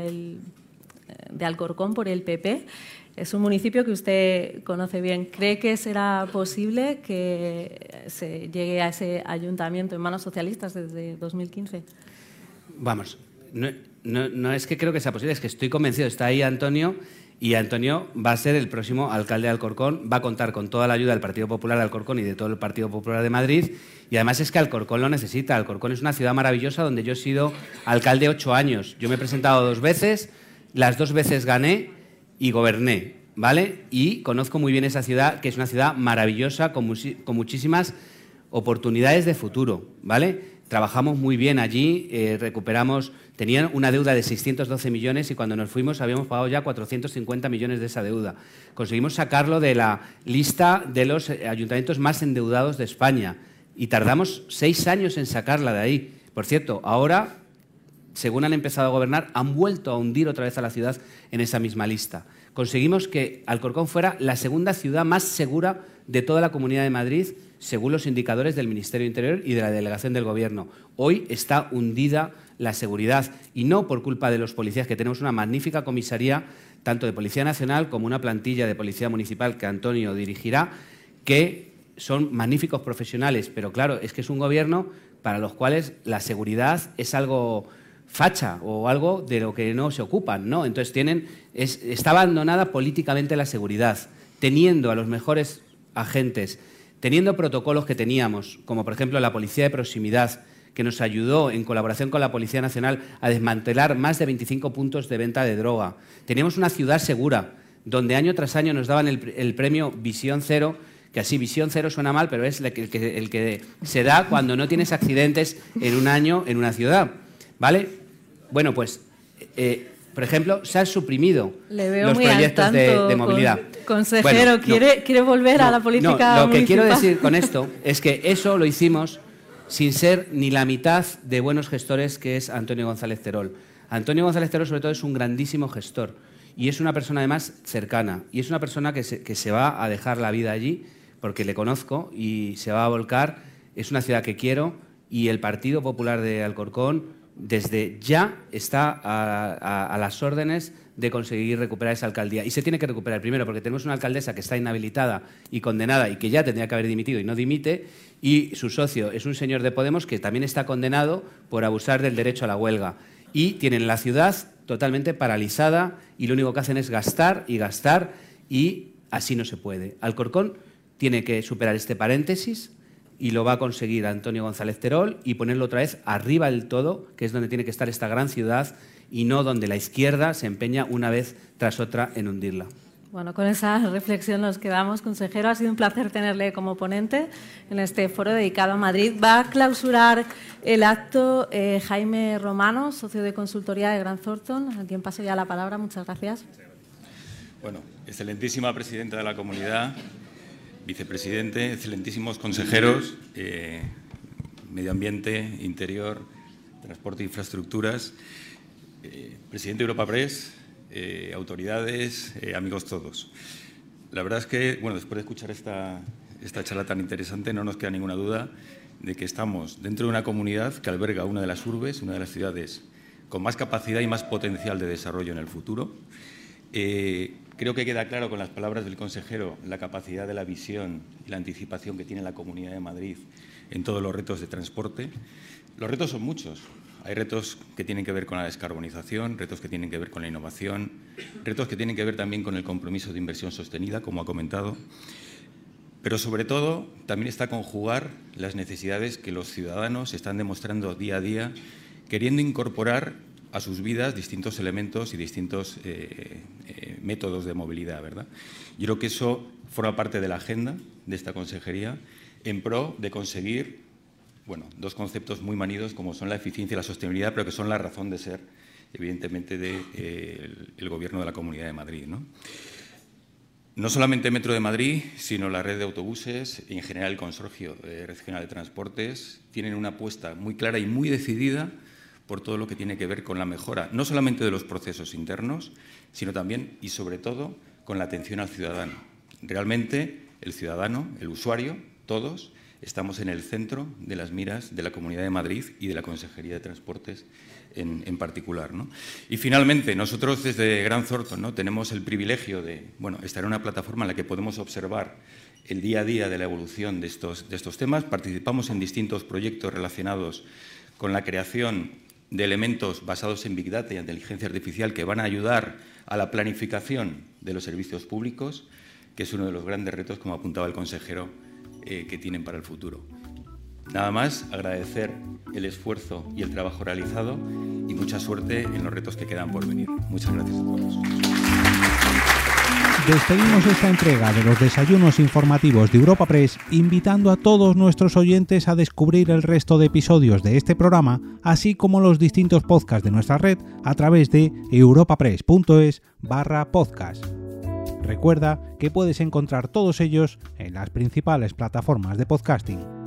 de Alcorcón por el PP. Es un municipio que usted conoce bien. ¿Cree que será posible que se llegue a ese ayuntamiento en manos socialistas desde 2015? Vamos, no es que creo que sea posible, es que estoy convencido. Está ahí Antonio y Antonio va a ser el próximo alcalde de Alcorcón. Va a contar con toda la ayuda del Partido Popular de Alcorcón y de todo el Partido Popular de Madrid. Y además es que Alcorcón lo necesita. Alcorcón es una ciudad maravillosa donde yo he sido alcalde 8 años. Yo me he presentado 2 veces, las 2 veces gané y goberné, ¿vale? Y conozco muy bien esa ciudad, que es una ciudad maravillosa, con muchísimas oportunidades de futuro, ¿vale? Trabajamos muy bien allí, recuperamos, tenían una deuda de 612 millones y cuando nos fuimos habíamos pagado ya 450 millones de esa deuda. Conseguimos sacarlo de la lista de los ayuntamientos más endeudados de España y tardamos 6 años en sacarla de ahí. Por cierto, ahora, según han empezado a gobernar, han vuelto a hundir otra vez a la ciudad en esa misma lista. conseguimos que Alcorcón fuera la segunda ciudad más segura de toda la Comunidad de Madrid, según los indicadores del Ministerio de Interior y de la Delegación del Gobierno. Hoy está hundida la seguridad, y no por culpa de los policías, que tenemos una magnífica comisaría, tanto de Policía Nacional como una plantilla de Policía Municipal que Antonio dirigirá, que son magníficos profesionales, pero claro, es que es un gobierno para los cuales la seguridad es algo facha o algo de lo que no se ocupan, ¿no? Entonces está abandonada políticamente la seguridad, teniendo a los mejores agentes, teniendo protocolos que teníamos, como por ejemplo la Policía de Proximidad, que nos ayudó en colaboración con la Policía Nacional a desmantelar más de 25 puntos de venta de droga. Teníamos una ciudad segura, donde año tras año nos daban el premio Visión Cero, que así Visión Cero suena mal, pero es el que se da cuando no tienes accidentes en un año en una ciudad, ¿vale? Bueno, pues, por ejemplo, se han suprimido los proyectos de movilidad. Consejero, bueno, ¿quiere volver a la política lo municipal? que quiero decir con esto es que eso lo hicimos sin ser ni la mitad de buenos gestores que es Antonio González Terol. Antonio González Terol, sobre todo, es un grandísimo gestor y es una persona, además, cercana. Y es una persona que se va a dejar la vida allí, porque le conozco, y se va a volcar. Es una ciudad que quiero, y el Partido Popular de Alcorcón desde ya está a las órdenes de conseguir recuperar esa alcaldía. Y se tiene que recuperar primero porque tenemos una alcaldesa que está inhabilitada y condenada y que ya tendría que haber dimitido y no dimite, y su socio es un señor de Podemos que también está condenado por abusar del derecho a la huelga. Y tienen la ciudad totalmente paralizada y lo único que hacen es gastar y gastar, y así no se puede. Alcorcón tiene que superar este paréntesis, y lo va a conseguir Antonio González Terol, y ponerlo otra vez arriba del todo, que es donde tiene que estar esta gran ciudad, y no donde la izquierda se empeña una vez tras otra en hundirla. Bueno, con esa reflexión nos quedamos, consejero. Ha sido un placer tenerle como ponente en este foro dedicado a Madrid. Va a clausurar el acto Jaime Romano, socio de consultoría de Grant Thornton, a quien paso ya la palabra. Muchas gracias. Bueno, excelentísima presidenta de la comunidad, vicepresidente, excelentísimos consejeros, Medio Ambiente, Interior, Transporte e Infraestructuras, presidente de Europa Press, autoridades, amigos todos. La verdad es que, bueno, después de escuchar esta charla tan interesante, no nos queda ninguna duda de que estamos dentro de una comunidad que alberga una de las urbes, una de las ciudades con más capacidad y más potencial de desarrollo en el futuro. Creo que queda claro con las palabras del consejero la capacidad de la visión y la anticipación que tiene la Comunidad de Madrid en todos los retos de transporte. Los retos son muchos. Hay retos que tienen que ver con la descarbonización, retos que tienen que ver con la innovación, retos que tienen que ver también con el compromiso de inversión sostenida, como ha comentado. Pero, sobre todo, también está conjugar las necesidades que los ciudadanos están demostrando día a día, queriendo incorporar a sus vidas distintos elementos y distintos métodos de movilidad, ¿verdad? Yo creo que eso forma parte de la agenda de esta consejería en pro de conseguir, bueno, dos conceptos muy manidos como son la eficiencia y la sostenibilidad, pero que son la razón de ser, evidentemente, del Gobierno de la Comunidad de Madrid, ¿no? No solamente Metro de Madrid, sino la red de autobuses y en general el Consorcio Regional de Transportes tienen una apuesta muy clara y muy decidida por todo lo que tiene que ver con la mejora, no solamente de los procesos internos, sino también y sobre todo con la atención al ciudadano. Realmente el ciudadano, el usuario, todos estamos en el centro de las miras de la Comunidad de Madrid y de la Consejería de Transportes en particular, ¿no? Y finalmente, nosotros desde Grant Thornton, ¿no?, tenemos el privilegio de, bueno, estar en una plataforma en la que podemos observar el día a día de la evolución de estos temas. Participamos en distintos proyectos relacionados con la creación de elementos basados en Big Data y inteligencia artificial que van a ayudar a la planificación de los servicios públicos, que es uno de los grandes retos, como apuntaba el consejero, que tienen para el futuro. Nada más, agradecer el esfuerzo y el trabajo realizado y mucha suerte en los retos que quedan por venir. Muchas gracias a todos. Despedimos esta entrega de los desayunos informativos de Europa Press, invitando a todos nuestros oyentes a descubrir el resto de episodios de este programa, así como los distintos podcasts de nuestra red a través de europapress.es/podcast. Recuerda que puedes encontrar todos ellos en las principales plataformas de podcasting.